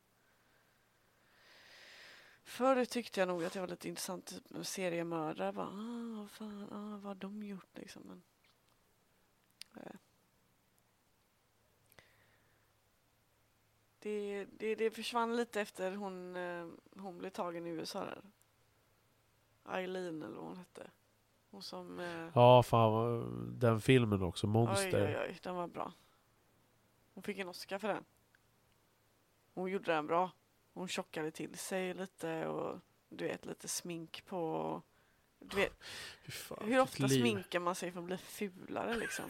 Förr tyckte jag nog att det var lite intressant typ, med seriemördare. Bara, vad fan, vad har de gjort liksom? Men, det försvann lite efter hon blev tagen i USA där. Eileen eller vad hon hette. Hon som... Ja, fan. Den filmen också. Monster. Oj, den var bra. Hon fick en Oscar för den. Hon gjorde den bra. Hon tjockade till sig lite och du vet, lite smink på... Du vet, Fan, hur ofta sminkar man sig för att bli fulare liksom?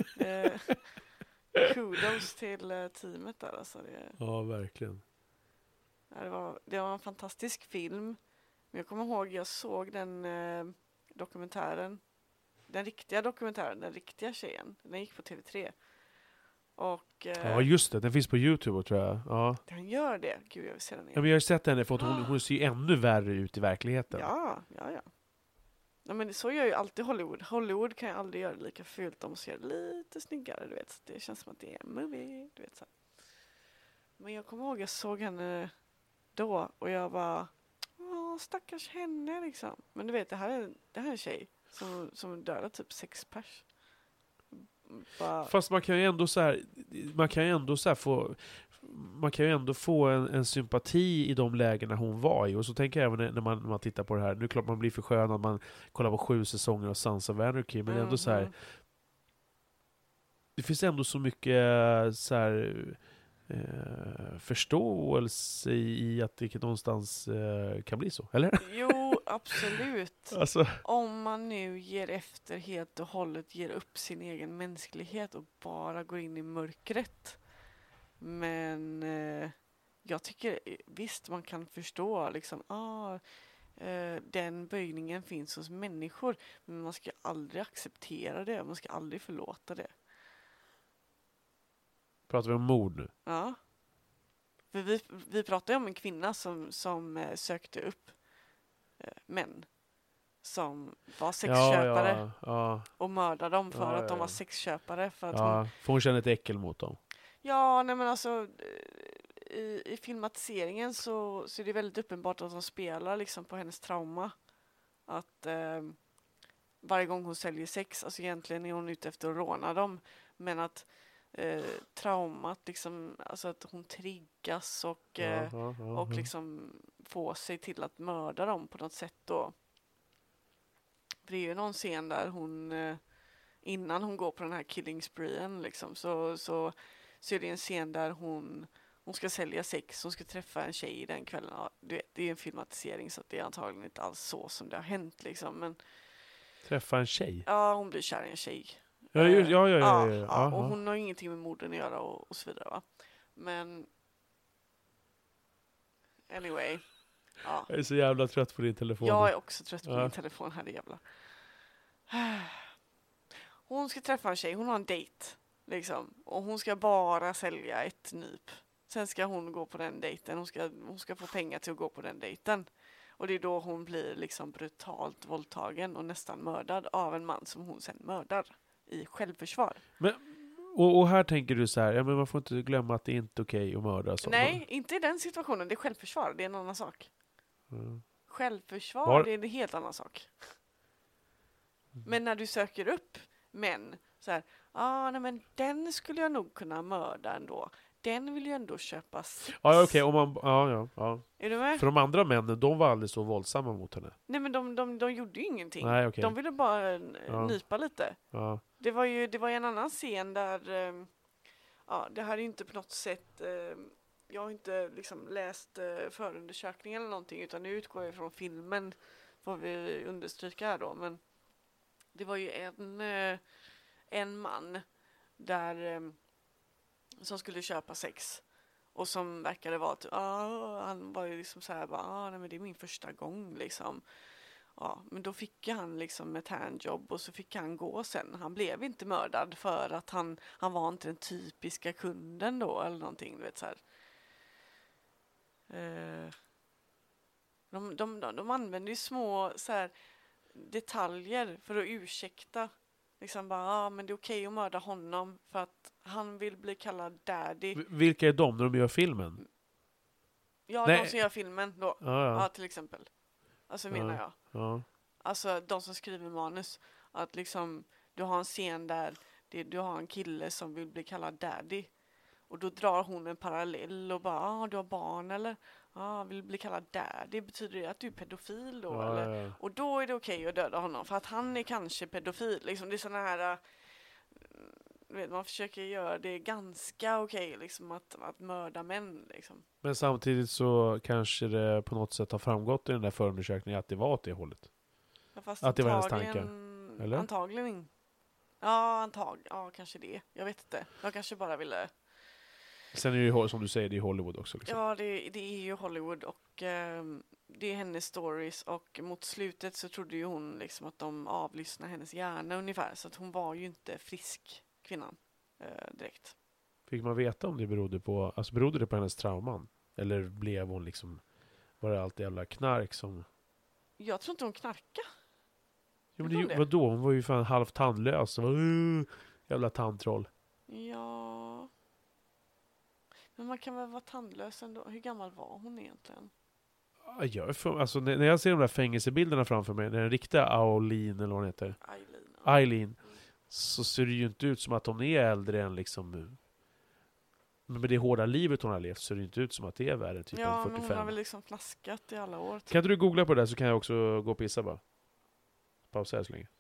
Kudos till teamet där alltså. Ja, verkligen. Det var en fantastisk film. Men jag kommer ihåg, jag såg den dokumentären. Den riktiga dokumentären, den riktiga tjejen. Den gick på TV3. Och, ja, just det. Den finns på YouTube, tror jag. Ja. Den gör det. Gud, jag vill se den igen. Ja, men jag har sett henne för att hon ser ju ännu värre ut i verkligheten. Ja. Nej, men så gör ju alltid Hollywood. Hollywood kan ju aldrig göra det lika fult. De måste göra det lite snyggare, du vet. Så det känns som att det är en movie, du vet så. Men jag kommer ihåg, jag såg henne då och jag bara, stackars henne liksom. Men du vet, det här är en tjej som dödade typ 6 pers. Fast man kan ju ändå få en sympati i de lägena hon var i. Och så tänker jag även när man tittar på det här. Nu är det klart man blir förskönad, man kollar på 7 säsonger av Sons of Anarchy, men ändå så här. Det finns ändå så mycket så här, förståelse i att det någonstans kan bli så, eller? Jo, absolut. Alltså. Om man nu ger efter helt och hållet, ger upp sin egen mänsklighet och bara går in i mörkret. Men jag tycker visst man kan förstå liksom, den böjningen finns hos människor, men man ska aldrig acceptera det, man ska aldrig förlåta det. Pratar vi om mord nu? Ja. För vi pratar ju om en kvinna som sökte upp män som var sexköpare och mördade dem för att de var sexköpare. För att får hon känna ett äckel mot dem? Ja, nej men alltså i filmatiseringen så är det väldigt uppenbart att de spelar liksom på hennes trauma. Att varje gång hon säljer sex, alltså egentligen är hon ute efter att råna dem, men att traumat liksom, alltså att hon triggas och liksom får sig till att mörda dem på något sätt då. Det är ju någon scen där hon innan hon går på den här killing spreeen liksom, så är det en scen där hon ska sälja sex, hon ska träffa en tjej den kvällen. Ja, du vet, det är en filmatisering så att det är antagligen inte alls så som det har hänt liksom, men träffa en tjej? Ja, hon blir kär i en tjej. Ja. Och hon har ingenting med morden att göra och så vidare, va? Men anyway. Ja. Jag är så jävla trött på din telefon. Jag är också trött på min telefon här, jävla. Hon ska träffa en tjej, hon har en dejt liksom, och hon ska bara sälja ett nyp. Sen ska hon gå på den dejten, hon ska få pengar till att gå på den dejten. Och det är då hon blir liksom brutalt våldtagen och nästan mördad av en man som hon sen mördar i självförsvar. Men, och här tänker du så här, ja, men man får inte glömma att det är inte okej att mörda. Nej, inte i den situationen. Det är självförsvar, det är en annan sak. Självförsvar, det är en helt annan sak. Men när du söker upp män så här, nej men den skulle jag nog kunna mörda ändå. Den vill ju ändå köpa sex. Ja, okej, om man Är du med? För de andra männen, de var aldrig så våldsamma mot henne. Nej, men de gjorde ju ingenting. Nej, okay. De ville bara nypa lite. Ja. Det var ju en annan scen där det här är ju inte på något sätt jag har inte liksom läst förundersökningen eller någonting, utan nu utgår jag från filmen får vi understryka här då, men det var ju en man där som skulle köpa sex och som verkade vara typ, han var ju liksom så här bara, nej men det är min första gång liksom. Ja, men då fick han liksom ett handjobb och så fick han gå sen. Han blev inte mördad för att han var inte den typiska kunden då eller någonting, du vet så här. De använder ju små så här detaljer för att ursäkta. Liksom bara, men det är okej att mörda honom för att han vill bli kallad daddy. Vilka är de när de gör filmen? Ja, Nej. de som gör filmen då. Ja, till exempel. Alltså menar jag. Ja. Alltså de som skriver manus. Att liksom, du har en scen där du har en kille som vill bli kallad daddy. Och då drar hon en parallell och bara, du har barn eller? Vill bli kallad daddy. Betyder det att du är pedofil då? Eller? Ja. Och då är det okej att döda honom. För att han är kanske pedofil. Liksom, det är sådana här... man försöker göra det ganska okej liksom, att mörda män. Liksom. Men samtidigt så kanske det på något sätt har framgått i den där förundersökningen att det var åt det hållet. Ja, fast att det var hennes tankar. Eller? Antagligen. Ja, kanske det. Jag vet inte. Jag kanske bara ville... Sen är det ju, som du säger, det är Hollywood också. Liksom. Ja, det är ju Hollywood och det är hennes stories och mot slutet så trodde ju hon liksom att de avlyssnade hennes hjärna ungefär. Så att hon var ju inte frisk, kvinnan, direkt. Fick man veta om det berodde det på hennes trauman? Eller blev hon liksom, var det allt jävla knark som... Jag tror inte hon knarkade. Jo, men vadå? Hon var ju fan halvt tandlös. Det var jävla tandtroll. Ja... Men man kan väl vara tandlös ändå. Hur gammal var hon egentligen? Alltså, när jag ser de där fängelsebilderna framför mig, den riktiga Aoline eller vad hon heter. Eileen. Så ser det ju inte ut som att hon är äldre än liksom... Men med det hårda livet hon har levt så ser det inte ut som att det är värre typ än 45. Ja, men hon har väl liksom flaskat i alla år. Typ. Kan inte du googla på det där så kan jag också gå och pissa bara. Pausa här så länge.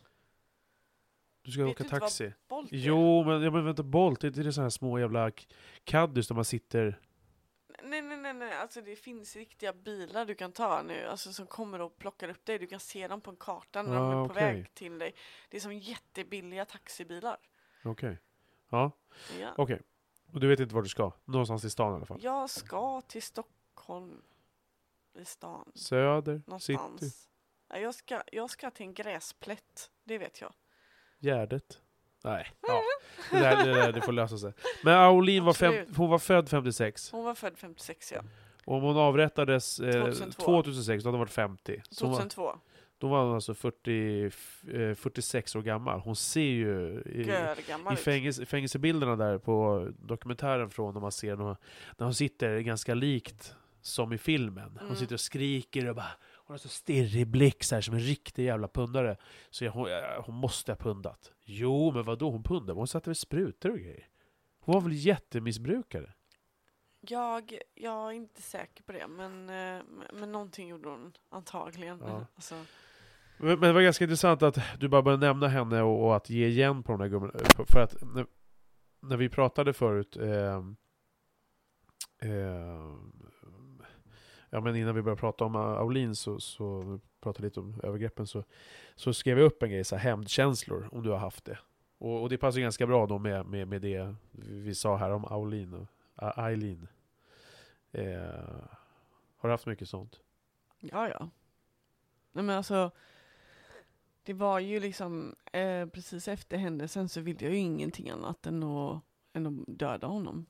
Du ska åka taxi. Jo, men vänta, Bolt. Det är sådana här små jävla kaddus där man sitter... Nej. Alltså det finns riktiga bilar du kan ta nu. Alltså som kommer och plockar upp dig. Du kan se dem på en karta när de är på väg till dig. Det är som jättebilliga taxibilar. Okej. Ja. Okej. Och du vet inte var du ska? Någonstans i stan i alla fall. Jag ska till Stockholm. I stan. Söder. Någonstans. City. Jag ska till en gräsplätt. Det vet jag. Gärdet. Nej. Ja. Det får lösa sig. Men Aoline hon var född 56. Hon var född 56, ja. Och om hon avrättades 2006, då hade hon varit 50. 2002. Då var hon alltså 46 år gammal. Hon ser ju i fängelsebilderna där på dokumentären från när man ser när hon sitter ganska likt som i filmen. Hon sitter och skriker och bara, hon har så stirrig blick så här, som en riktig jävla pundare. Så hon måste ha pundat. Jo, men vadå hon pundade? Hon satte väl sprutor och grejer. Hon var väl jättemissbrukare? Jag är inte säker på det, men någonting gjorde hon antagligen. Ja. Alltså. Men det var ganska intressant att du bara började nämna henne och att ge igen på de där gummorna. För att när vi pratade förut men innan vi började prata om Aoline så pratade lite om övergreppen så skrev jag upp en grej, så här, hämndkänslor, om du har haft det. Och det passar ganska bra då med det vi sa här om Aoline och Eileen. Har du haft mycket sånt? Ja. Nej, men alltså det var ju liksom precis efter händelsen så ville jag ju ingenting annat än att döda honom.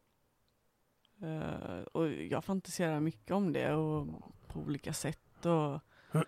Och jag fantiserar mycket om det och på olika sätt och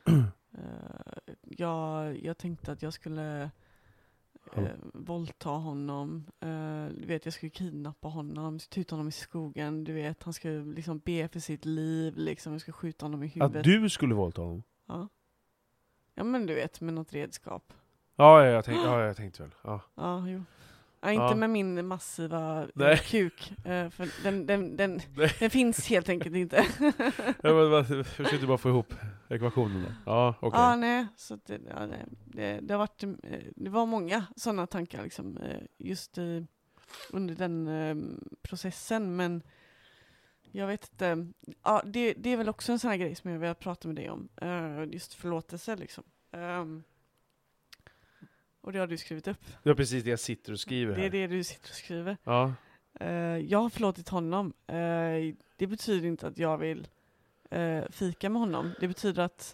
jag tänkte att jag skulle våldta honom, du vet, jag skulle kidnappa honom, ta ut honom i skogen, du vet, han skulle liksom be för sitt liv, liksom, jag skulle skjuta honom i huvudet. Att du skulle våldta honom? Ja, men du vet, med något redskap. Jag tänkte väl. Ja, jo. Ja, inte med min massiva kuk. För den finns helt enkelt inte. Jag försökte bara få ihop ekvationen där. Ja, okej. Ja, nej. Så det har varit, det var många sådana tankar liksom, just under den processen. Men Jag vet inte. Ja, det är väl också en sån här grej som jag vill prata med dig om. Just förlåtelse liksom. Och det har du skrivit upp. Det är precis det jag sitter och skriver här. Det är det du sitter och skriver. Ja. Jag har förlåtit honom. Det betyder inte att jag vill fika med honom. Det betyder att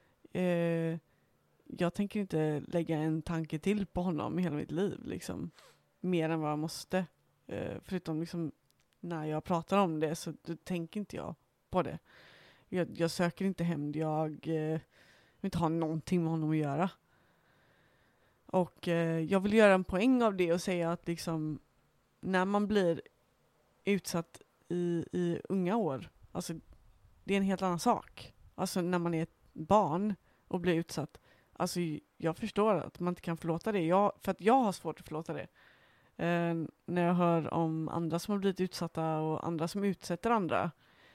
jag tänker inte lägga en tanke till på honom i hela mitt liv. Liksom. Mer än vad jag måste. Förutom liksom, när jag pratar om det så tänker inte jag på det. Jag söker inte hämnd. Jag vill inte ha någonting med honom att göra. Och jag vill göra en poäng av det och säga att liksom, när man blir utsatt i unga år, alltså det är en helt annan sak. Alltså när man är ett barn och blir utsatt, alltså jag förstår att man inte kan förlåta det. För att jag har svårt att förlåta det. När jag hör om andra som har blivit utsatta och andra som utsätter andra.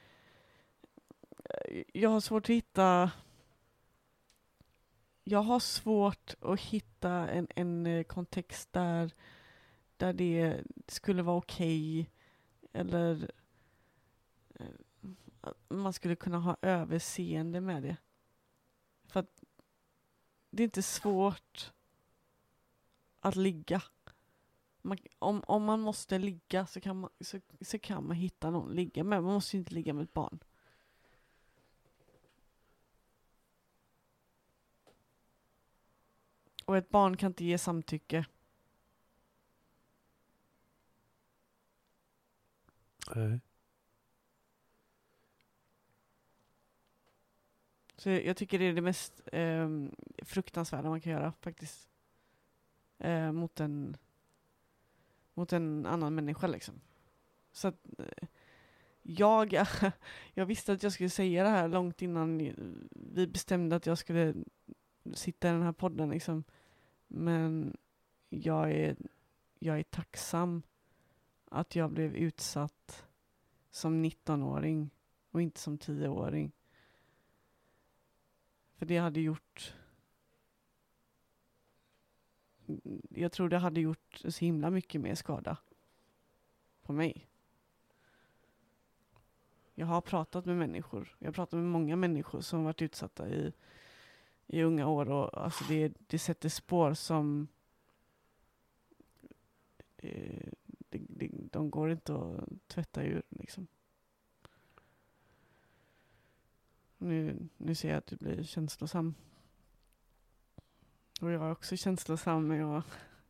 Jag har svårt att hitta en kontext där det skulle vara okej, eller man skulle kunna ha överseende med det. För att det är inte svårt att ligga. Om man måste ligga så kan man hitta någon att ligga med. Man måste inte ligga med ett barn. Och ett barn kan inte ge samtycke. Nej. Så jag tycker det är det mest fruktansvärda man kan göra faktiskt. Mot en annan människa liksom. Så att jag visste att jag skulle säga det här långt innan vi bestämde att jag skulle sitta i den här podden liksom. Men jag är tacksam att jag blev utsatt som 19-åring och inte som 10-åring. För det hade gjort... Jag tror det hade gjort så himla mycket mer skada på mig. Jag har pratat med människor. Jag har pratat med många människor som varit utsatta i unga år. Och alltså det sätter spår som... De går inte att tvätta ur liksom. Nu ser jag att du blir känslosam. Och jag är också känslosam, men jag...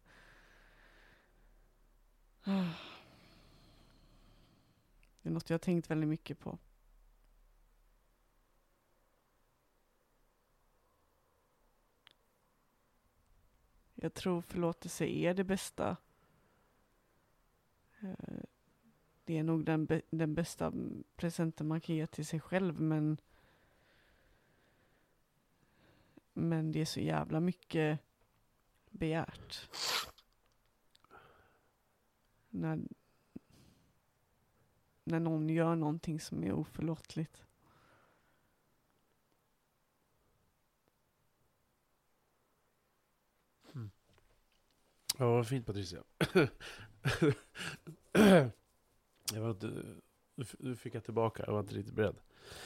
Det är något jag har tänkt väldigt mycket på. Jag tror förlåtelse är det bästa. Det är nog den bästa presenten man kan ge till sig själv, men det är så jävla mycket begärt. När någon gör någonting som är oförlåtligt. Ja, vad fint, Patricia. Jag var inte... Nu fick jag tillbaka. Jag var inte riktigt beredd.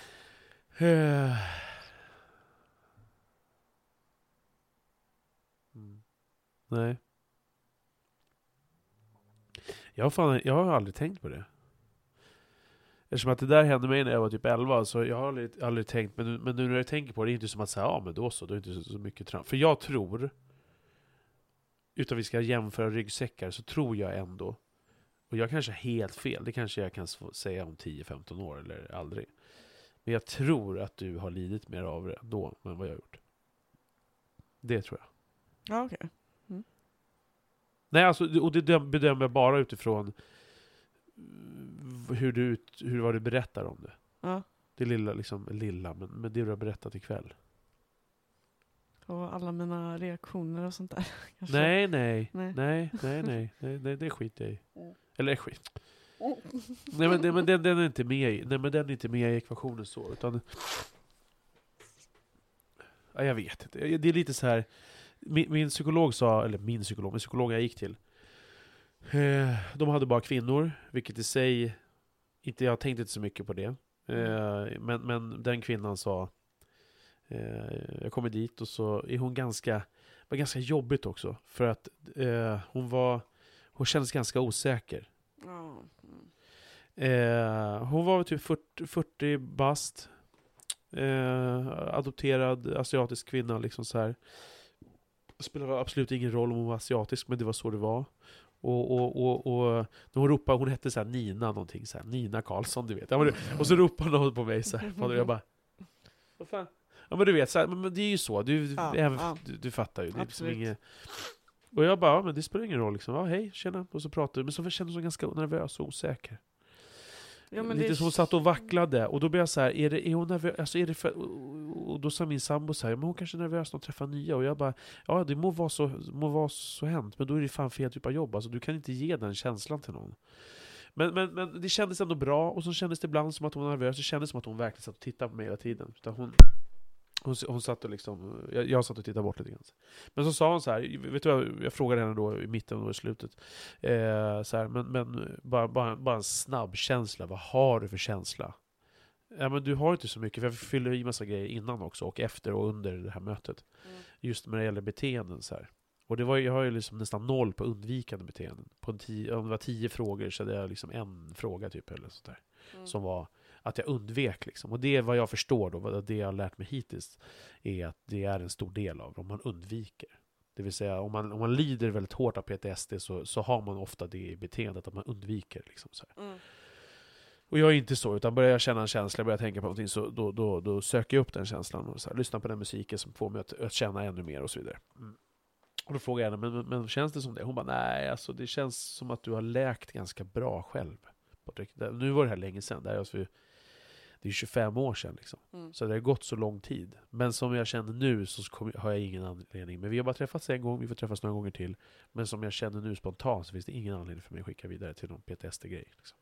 Nej. Jag har aldrig tänkt på det. Eftersom att det där hände mig när jag var typ 11, så jag har aldrig tänkt, men nu när jag tänker på det är det inte som att säga, men då är det inte så mycket tramp. För jag tror, utan vi ska jämföra ryggsäckar, så tror jag ändå, och jag kanske har helt fel, det kanske jag kan säga om 10-15 år eller aldrig, men jag tror att du har lidit mer av det då än vad jag har gjort. Det tror jag. Ja, okej. Nej, alltså, och det bedömer jag bara utifrån vad du berättar om det. Ja. Det lilla, men det du har berättat ikväll. Och alla mina reaktioner och sånt där. Kanske. Nej, det skiter jag i. Eller skit. Nej, men den är inte med i. Nej, men den är inte med i ekvationen så, utan... Ja, jag vet inte. Det är lite så här... Min psykolog jag gick till, de hade bara kvinnor, vilket i sig jag tänkte inte så mycket på det. Men den kvinnan sa, jag kommer dit och så är hon var ganska jobbigt också. För att hon kändes ganska osäker. Hon var typ 40 bast. Adopterad asiatisk kvinna liksom så här. Det spelade absolut ingen roll om hon var asiatisk, men det var så det var. Och när hon ropade, hon hette så här Nina någonting så här, Nina Karlsson, du vet. Ja, och så ropade hon på mig så här, och jag bara, vad fan? Ja, men du vet så här, men det är ju så, du fattar ju, det är liksom inget. Och jag bara, men det spelar ingen roll liksom. Ja, hej, tjena. Och så pratade vi, men så kändes hon ganska nervös och osäker. Ja, men lite som hon satt och vacklade. Och då blev jag så här, är hon nervös? Alltså, är det för... Och då sa min sambo så här, men hon kanske är nervös när hon träffar nya. Och jag bara, ja, det må vara så hänt. Men då är det fan fel typ av jobb. Alltså, du kan inte ge den känslan till någon. Men det kändes ändå bra. Och så kändes det ibland som att hon var nervös. Det kändes som att hon verkligen satt och tittade på mig hela tiden. Utan hon satt och liksom, jag satt och tittade bort lite grann. Men så sa hon så här, vet du vad, jag frågade henne då i mitten och i slutet. Så här, men bara en snabb känsla. Vad har du för känsla? Ja, men du har inte så mycket, för jag fyller i massa grejer innan också och efter och under det här mötet. Just när det gäller beteenden så här. Och jag har ju liksom nästan 0 på undvikande beteenden. Om det var 10 frågor så hade jag liksom en fråga typ eller sånt där. Som var att jag undvek liksom. Och det är vad jag förstår då, det jag har lärt mig hittills, är att det är en stor del av om man undviker. Det vill säga om man lider väldigt hårt av PTSD så har man ofta det i beteendet att man undviker liksom så här. Och jag är inte så, utan börjar jag känna en känsla, börjar jag tänka på någonting, så då söker jag upp den känslan och så här, lyssnar på den musiken som får mig att känna ännu mer och så vidare. Och då frågar jag henne, men känns det som det? Hon bara, nej, alltså det känns som att du har läkt ganska bra själv. Nu var det här länge sedan, det är 25 år sedan liksom. Så det har gått så lång tid. Men som jag känner nu så har jag ingen anledning. Men vi har bara träffats en gång, vi får träffas några gånger till. Men som jag känner nu spontant så finns det ingen anledning för mig att skicka vidare till någon PTSD-grej liksom.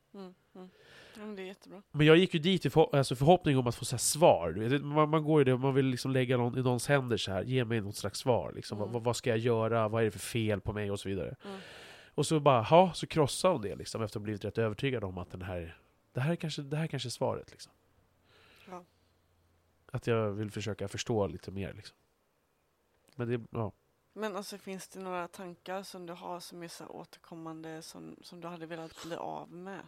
Ja, men det är jättebra. Men jag gick ju dit i förhoppning om att få så här svar. Man går ju det, man vill liksom lägga i någons händer så här, ge mig något slags svar liksom. Vad ska jag göra? Vad är det för fel på mig och så vidare. Och så bara, så krossade hon det liksom, efter att ha blivit rätt övertygad om att det här är kanske svaret liksom. Ja. Att jag vill försöka förstå lite mer liksom. Men det, ja. Men alltså, finns det några tankar som du har som är så återkommande som du hade velat bli av med?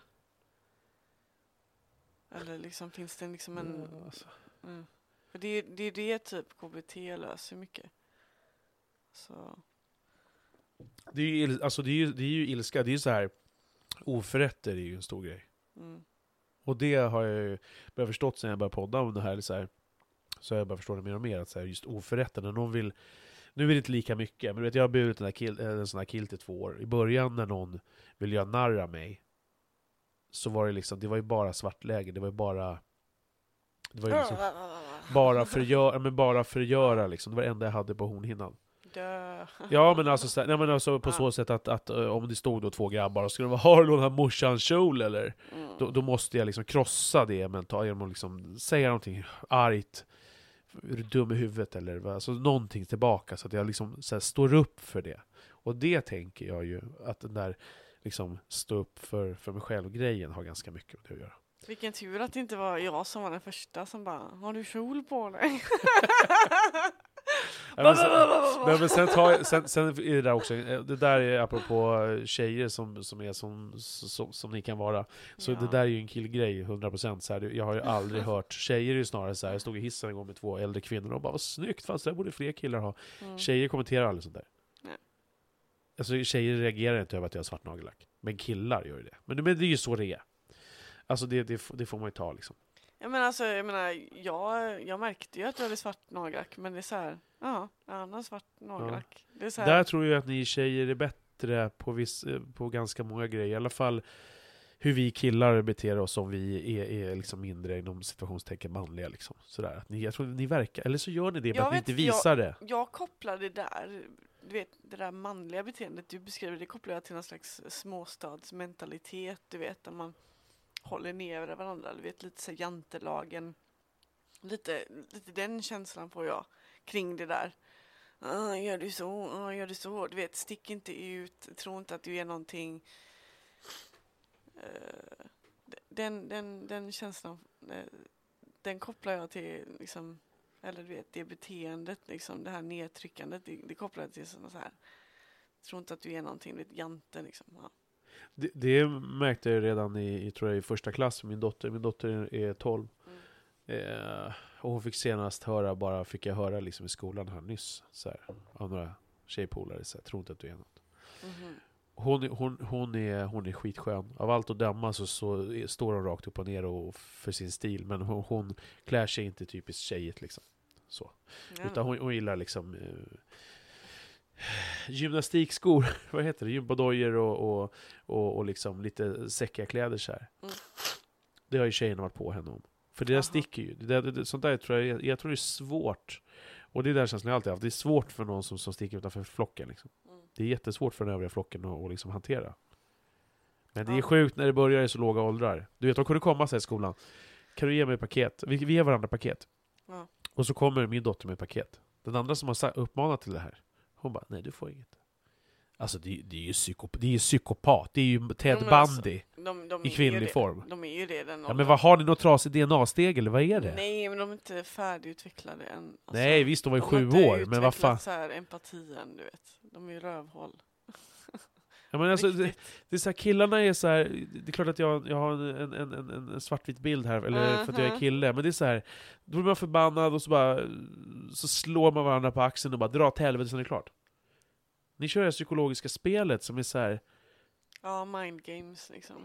Eller liksom, finns det liksom en... För det är det typ KBT löser mycket. Så... Det är ju ilska. Det är ju så här, oförrätter är ju en stor grej. Och det har jag ju börjat förstått sen jag började podda om det här, så har jag börjat förstå det mer och mer, att så här, just oförrätter, när någon vill, nu är det inte lika mycket, men du vet, jag har burit en sån här kilt i 2 år. I början när någon ville göra narr av mig, så var det liksom, det var ju bara svartläge, det var ju liksom bara för att göra liksom, det var det enda jag hade på hornhinnan. Ja, men alltså på så sätt att om det stod då 2 grabbar och skulle vara, har du den här morsans kjol eller? Då måste jag liksom krossa det mentalt genom att liksom säga någonting argt, är du dum i huvudet eller alltså någonting tillbaka, så att jag liksom så här, står upp för det. Och det tänker jag ju att den där liksom stå upp för mig själv-grejen har ganska mycket med det att göra. Vilken tur att det inte var jag som var den första som bara, har du kjol på dig? Men sen är det där också, det där är apropå tjejer som är som ni kan vara, så det där är ju en killgrej 100%. Så här, jag har ju aldrig hört, tjejer är ju snarare så här, jag stod i hissen en gång med 2 äldre kvinnor och bara, vad snyggt, fast det borde fler killar ha. Tjejer kommenterar aldrig sånt där. Alltså tjejer reagerar inte över att jag har svart nagellack, men killar gör ju det. Men det är ju så det är. Alltså det får man ju ta liksom. Ja, men alltså, jag märkte ju att du hade svart nagellack, men det är så här, han har svart nagellack. Det är så här. Där tror jag att ni tjejer är bättre på ganska många grejer. I alla fall hur vi killar beter oss, om vi är liksom mindre inom situationstecken manliga liksom. Sådär. Att jag tror ni verkar, eller så gör ni det, men att ni inte visar det. Jag kopplar det där, du vet, det där manliga beteendet du beskriver, det kopplar jag till någon slags småstadsmentalitet, du vet, där man håller ner varandra, du vet, lite så jantelagen, lite den känslan får jag kring det där. Gör du så, du vet, stick inte ut, tro inte att du är någonting. den känslan, den kopplar jag till liksom, eller du vet, det beteendet liksom, det här nedtryckandet, det kopplar jag till såna så här. Jag tror inte att du är någonting, du vet, jante liksom. Ja. Det märkte jag redan tror jag, i första klass. Min dotter är 12. Och hon fick senast fick jag höra liksom i skolan här nyss så här, av några tjejpolare så här, tror inte att du är något. Hon är skitskön. Av allt att döma så står hon rakt upp och ner och för sin stil, men hon klär sig inte typiskt tjejigt liksom. Så. Ja. Utan hon gillar liksom gymnastikskor, vad heter det? Gymbadojor och liksom lite säckiga kläder så här. Det har ju tjejerna varit på henne om. För det där sticker ju. Sånt där tror jag tror det är svårt. Och det är där känslan jag alltid haft. Det är svårt för någon som sticker utanför flocken liksom. Det är jättesvårt för den övriga flocken att liksom hantera. Men det är sjukt när det börjar i så låga åldrar. Du vet, de kunde komma sig i skolan. Kan du ge mig ett paket? Vi ger varandra paket. Ja. Och så kommer min dotter med ett paket. Den andra som har uppmanat till det här, hon bara, nej du får inget. Alltså det är ju psykopat. Det är ju Ted Bundy i kvinnlig form. De är ju det. Ja, men vad har ni något trasigt DNA-steg eller vad är det? Nej, men de är inte färdigutvecklade än. Alltså, nej, visst de var ju 7 år. Men vad fan? Så här empatien, du vet. De är ju rövhåll. Ja, men alltså, det är så här, killarna är så här. Det är klart att jag har en svartvit bild här, eller för att jag är kille, men det är så här, då blir man förbannad och så slår man varandra på axeln och bara dra till helvete, så är det klart. Ni kör det psykologiska spelet som är så här. Ja, mind games liksom.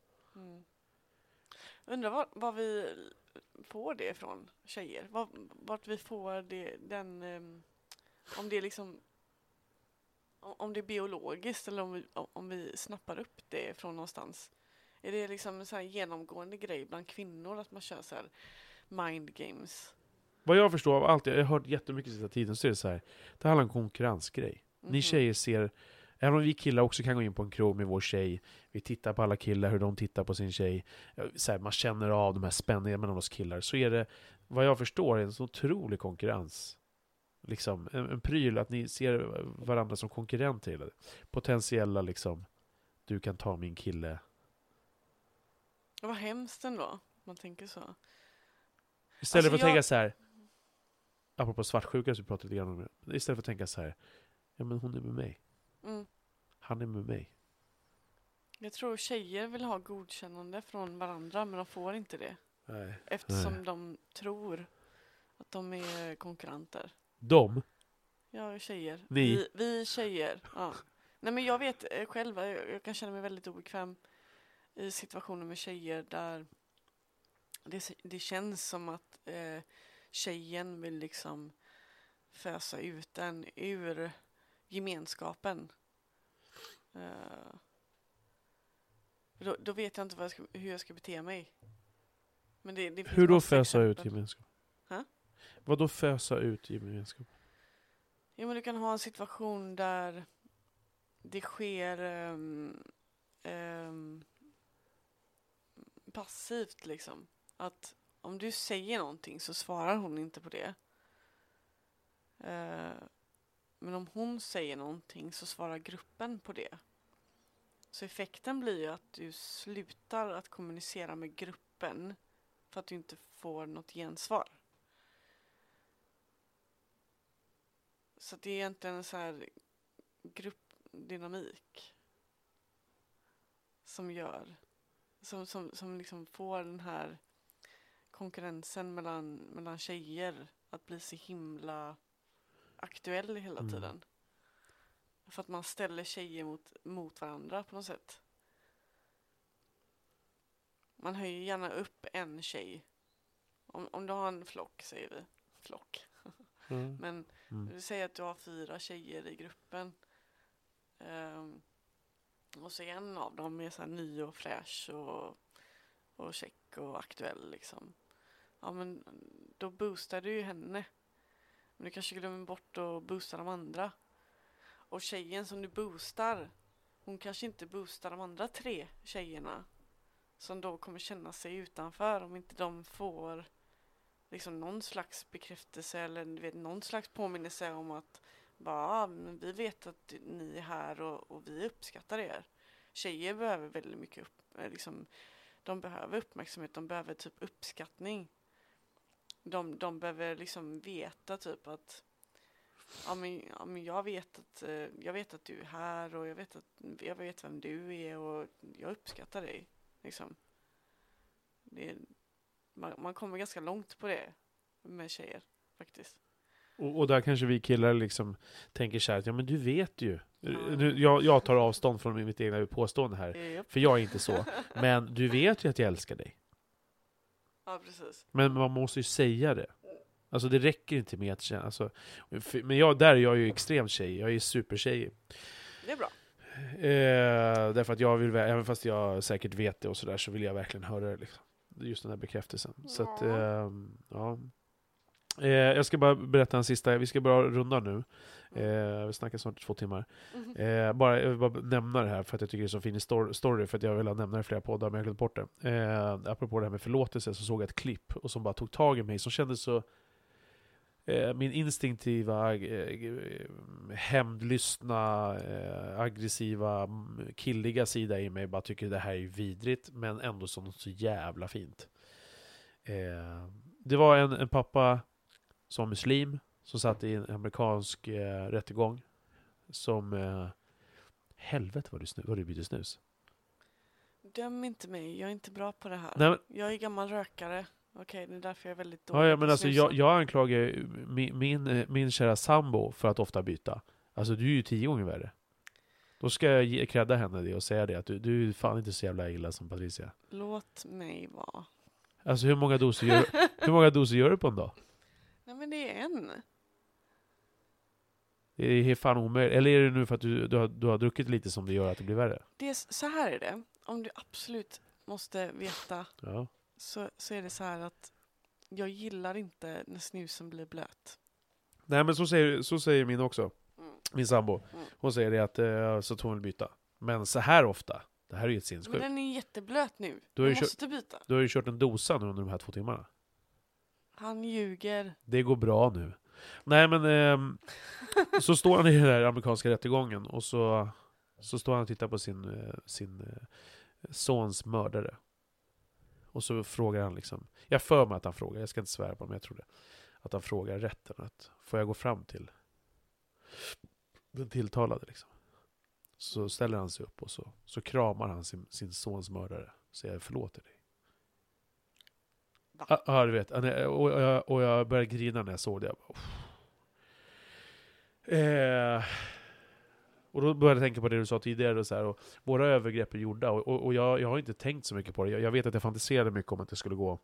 Undrar var vi får det ifrån, tjejer. Vart vi får om det är liksom, om det är biologiskt eller om vi snappar upp det från någonstans. Är det liksom en så här genomgående grej bland kvinnor att man kör så här mind games? Vad jag förstår av allt, jag har hört jättemycket sista tiden, så är det så här. Det handlar om konkurrensgrej. Ni tjejer ser, även om vi killar också kan gå in på en krog med vår tjej, vi tittar på alla killar, hur de tittar på sin tjej, så här, man känner av de här spänningarna mellan oss killar, så är det, vad jag förstår, en så otrolig konkurrens. Liksom, en pryl att ni ser varandra som konkurrenter, eller potentiella liksom, du kan ta min kille. Det var hemskt ändå, man tänker så. Istället för att tänka så här, apropå svartsjuka så vi pratade lite grann om det, istället för att tänka så här, ja men hon är med mig. Han är med mig. Jag tror tjejer vill ha godkännande från varandra, men de får inte det. Nej. Eftersom de tror att de är konkurrenter. De? Ja, tjejer. Ni? Vi tjejer. Ja. Nej, men jag vet själv, jag kan känna mig väldigt obekväm i situationer med tjejer där det känns som att tjejen vill liksom fösa ut den ur gemenskapen. Då vet jag inte hur jag ska bete mig. Men det hur då fösa ut gemenskap? Huh? Vad då fösa ut gemenskap? Ja, men du kan ha en situation där det sker passivt liksom. Att om du säger någonting så svarar hon inte på det. Men om hon säger någonting så svarar gruppen på det. Så effekten blir ju att du slutar att kommunicera med gruppen för att du inte får något gensvar. Så det är egentligen en så här gruppdynamik som gör, som liksom får den här konkurrensen mellan tjejer att bli så himla aktuell hela tiden. För att man ställer tjejer mot varandra på något sätt. Man höjer gärna upp en tjej. Om du har en flock, säger vi. Flock. Men du säger att du har 4 tjejer i gruppen. Och så en av dem är så här ny och fräsch och check och aktuell liksom. Ja, men då boostar du ju henne. Men du kanske glömmer bort att boosta de andra. Och tjejen som du boostar, hon kanske inte boostar de andra 3 tjejerna som då kommer känna sig utanför om inte de får liksom någon slags bekräftelse eller du vet, någon slags påminnelse om att bara, men vi vet att ni är här och vi uppskattar er. Tjejer behöver väldigt mycket liksom, de behöver uppmärksamhet, de behöver typ uppskattning. De behöver liksom veta typ att jag vet att du är här och jag vet vem du är och jag uppskattar dig. Liksom. Man kommer ganska långt på det med tjejer faktiskt. Och där kanske vi killar liksom tänker så här att ja men du vet ju. Ja. Jag tar avstånd från mitt egna påstående här. Japp. För jag är inte så. Men du vet ju att jag älskar dig. Ja, precis. Men man måste ju säga det. Alltså det räcker inte med att känna. Alltså, men där är jag ju extremt tjej. Jag är supertjej. Det är bra. Därför att jag vill, även fast jag säkert vet det och sådär, så vill jag verkligen höra det liksom. Just den här bekräftelsen. Så att, ja. Jag ska bara berätta en sista. Vi ska bara runda nu. Vi snackar snart 2 timmar. Jag vill bara nämna det här för att jag tycker det är så fin story, för att jag vill nämna det i flera poddar, men jag har glömt bort det. Apropå det här med förlåtelse så såg jag ett klipp och som bara tog tag i mig, som kändes så min instinktiva hämndlystna aggressiva killiga sida i mig bara tycker det här är vidrigt, men ändå som något så jävla fint. Det var en pappa som muslim som satt i en amerikansk rättegång som helvete vad du byter snus. Döm inte mig, jag är inte bra på det här. Nej, men, Jag är gammal rökare. Okej, det är därför jag är väldigt dålig. ja, men på alltså snusa. jag anklagar min kära sambo för att ofta byta. Alltså du är ju 10 gånger värre. Då ska jag credda henne det och säga det att du är fan inte så jävla illa som Patricia. Låt mig vara. Alltså hur många doser gör du på en dag? Nej, men det är en. Det är helt fan omöjligt. Eller är det nu för att du har druckit lite som det gör att det blir värre? Så här är det. Om du absolut måste veta Ja. så är det så här att jag gillar inte när snusen blir blöt. Nej, men så säger min också. Min sambo. Mm. Hon säger det att så tror hon vill byta. Men så här ofta. Det här är ju ett Men sinnessjukt. den är jätteblöt nu. Du har Du ju måste byta. Du har ju kört en dosa nu under de här 2 timmarna. Han ljuger. Det går bra nu. Nej, men så står han i den här amerikanska rättegången och så står han och tittar på sin sons mördare. Och så frågar han liksom, jag för mig att han frågar, jag ska inte svära på det, men jag tror det, att han frågar rätten att får jag gå fram till den tilltalade liksom. Så ställer han sig upp och så kramar han sin sons mördare och säger jag förlåter dig. Va? Ja, du vet. Och jag började grina när jag såg det. Jag bara, och då började jag tänka på det du sa tidigare. Och så här, och våra övergrepp är gjorda. Och jag har inte tänkt så mycket på det. Jag vet att jag fantiserade mycket om att det skulle gå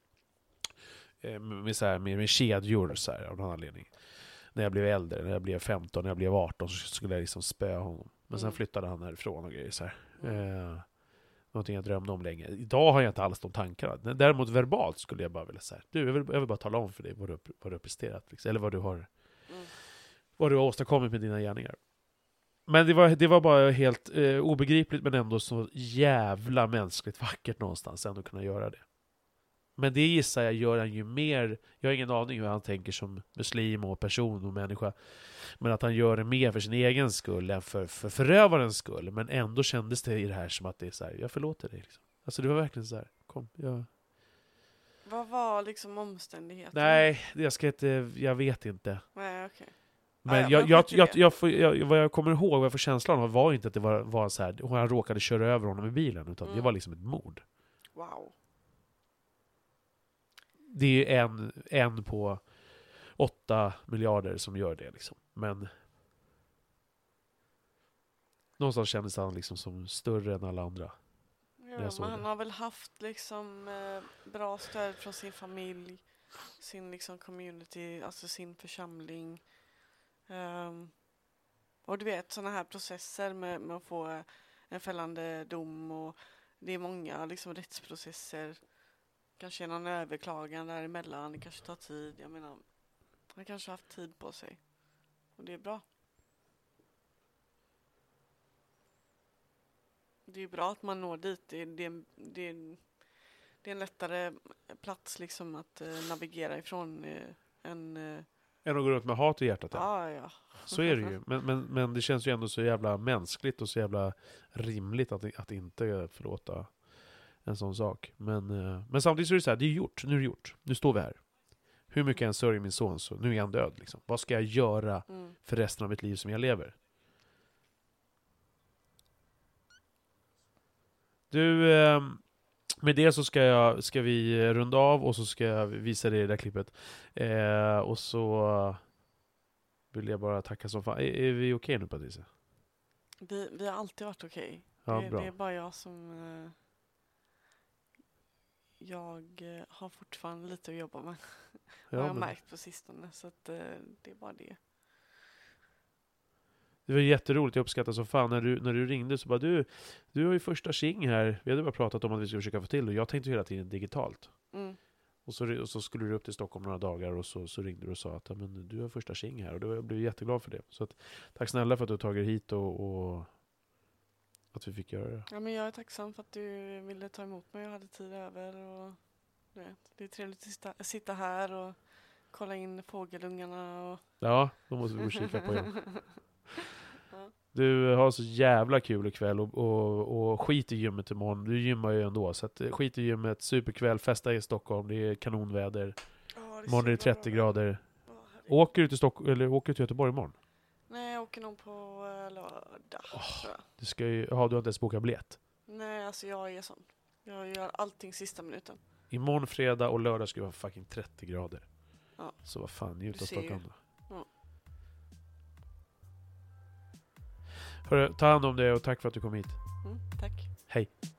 med kedjor så här, av någon anledning. När jag blev äldre, när jag blev 15, när jag blev 18 så skulle jag liksom spöa honom. Men sen flyttade han härifrån och grejer så här. Någonting jag drömde om länge. Idag har jag inte alls de tankarna. Däremot verbalt skulle jag bara vilja säga. Jag vill bara tala om för dig vad du har presterat. Liksom. Eller vad du har åstadkommit med dina gärningar. Men det var bara helt obegripligt, men ändå så jävla mänskligt vackert någonstans ändå kunna göra det. Men det gissar jag gör han ju mer. Jag har ingen aning hur han tänker som muslim och person och människa. Men att han gör det mer för sin egen skull än för förövarens skull. Men ändå kändes det i det här som att det är så här, jag förlåter dig. Liksom. Alltså det var verkligen så här, kom, Vad var liksom omständigheten? Nej, jag vet inte. Nej, okej. Men vad jag kommer ihåg, vad jag får känslan av var inte att det var så här, han råkade köra över honom i bilen, utan det var liksom ett mord. Wow. Det är en på 8 miljarder som gör det liksom. Men någonstans kändes han liksom som större än alla andra. Ja, men han har väl haft liksom bra stöd från sin familj, sin liksom community, alltså sin församling. Och du vet, sådana här processer med att få en fällande dom, och det är många liksom rättsprocesser. Kanske någon överklagan däremellan, det kanske tar tid. Jag menar, han kanske har haft tid på sig. Och det är bra. Det är bra att man når dit. Det är en lättare plats liksom att navigera ifrån än att gå runt med hat i hjärtat. ja. Så är det ju. Men det känns ju ändå så jävla mänskligt och så jävla rimligt att inte förlåta en sån sak. Men samtidigt så är det så här, det är gjort. Nu är det gjort. Nu står vi här. Hur mycket jag än sörjer min son, så nu är han död. Liksom. Vad ska jag göra för resten av mitt liv som jag lever? Du, med det så ska vi runda av och så ska jag visa dig det där klippet. Och så vill jag bara tacka som fan. Är vi okej nu, Patricia? Vi har alltid varit okej. Ja, Det bra. är bara jag som... jag har fortfarande lite att jobba med. Ja, har jag men märkt på sistone. Så att, det är bara det. det var jätteroligt, jag uppskattar så fan när du ringde så bara du har ju första tjing här. Vi hade bara pratat om att vi skulle försöka få till och jag tänkte hela tiden digitalt. Mm. Och så skulle du upp till Stockholm några dagar och så ringde du och sa att ja, men du har första tjing här. Och jag blev jätteglad för det. Så att, tack snälla för att du tagit er hit och att vi fick göra det. Ja, men jag är tacksam för att du ville ta emot mig och hade tid över. Och, det är trevligt att sitta här och kolla in fågelungarna. Och Ja, då måste vi gå och kika på er. Du har så jävla kul ikväll och skit i gymmet imorgon. Du gymmar ju ändå, så att, skit i gymmet, superkväll, festa i Stockholm, det är kanonväder. Imorgon är det 30 grader. Åker du till Stockholm eller åker du till Göteborg imorgon? Nej, jag åker nog på lördag. tror jag. Du ska ju, du har inte ens bokat biljett. Nej, alltså jag är sån. Jag gör allting sista minuten. Imorgon fredag och lördag ska det vara fucking 30 grader. Ja. Så vad fan, njut Du av ser ju. Stockholm då. Ja. Hörru, ta hand om det och tack för att du kom hit. Tack. Hej.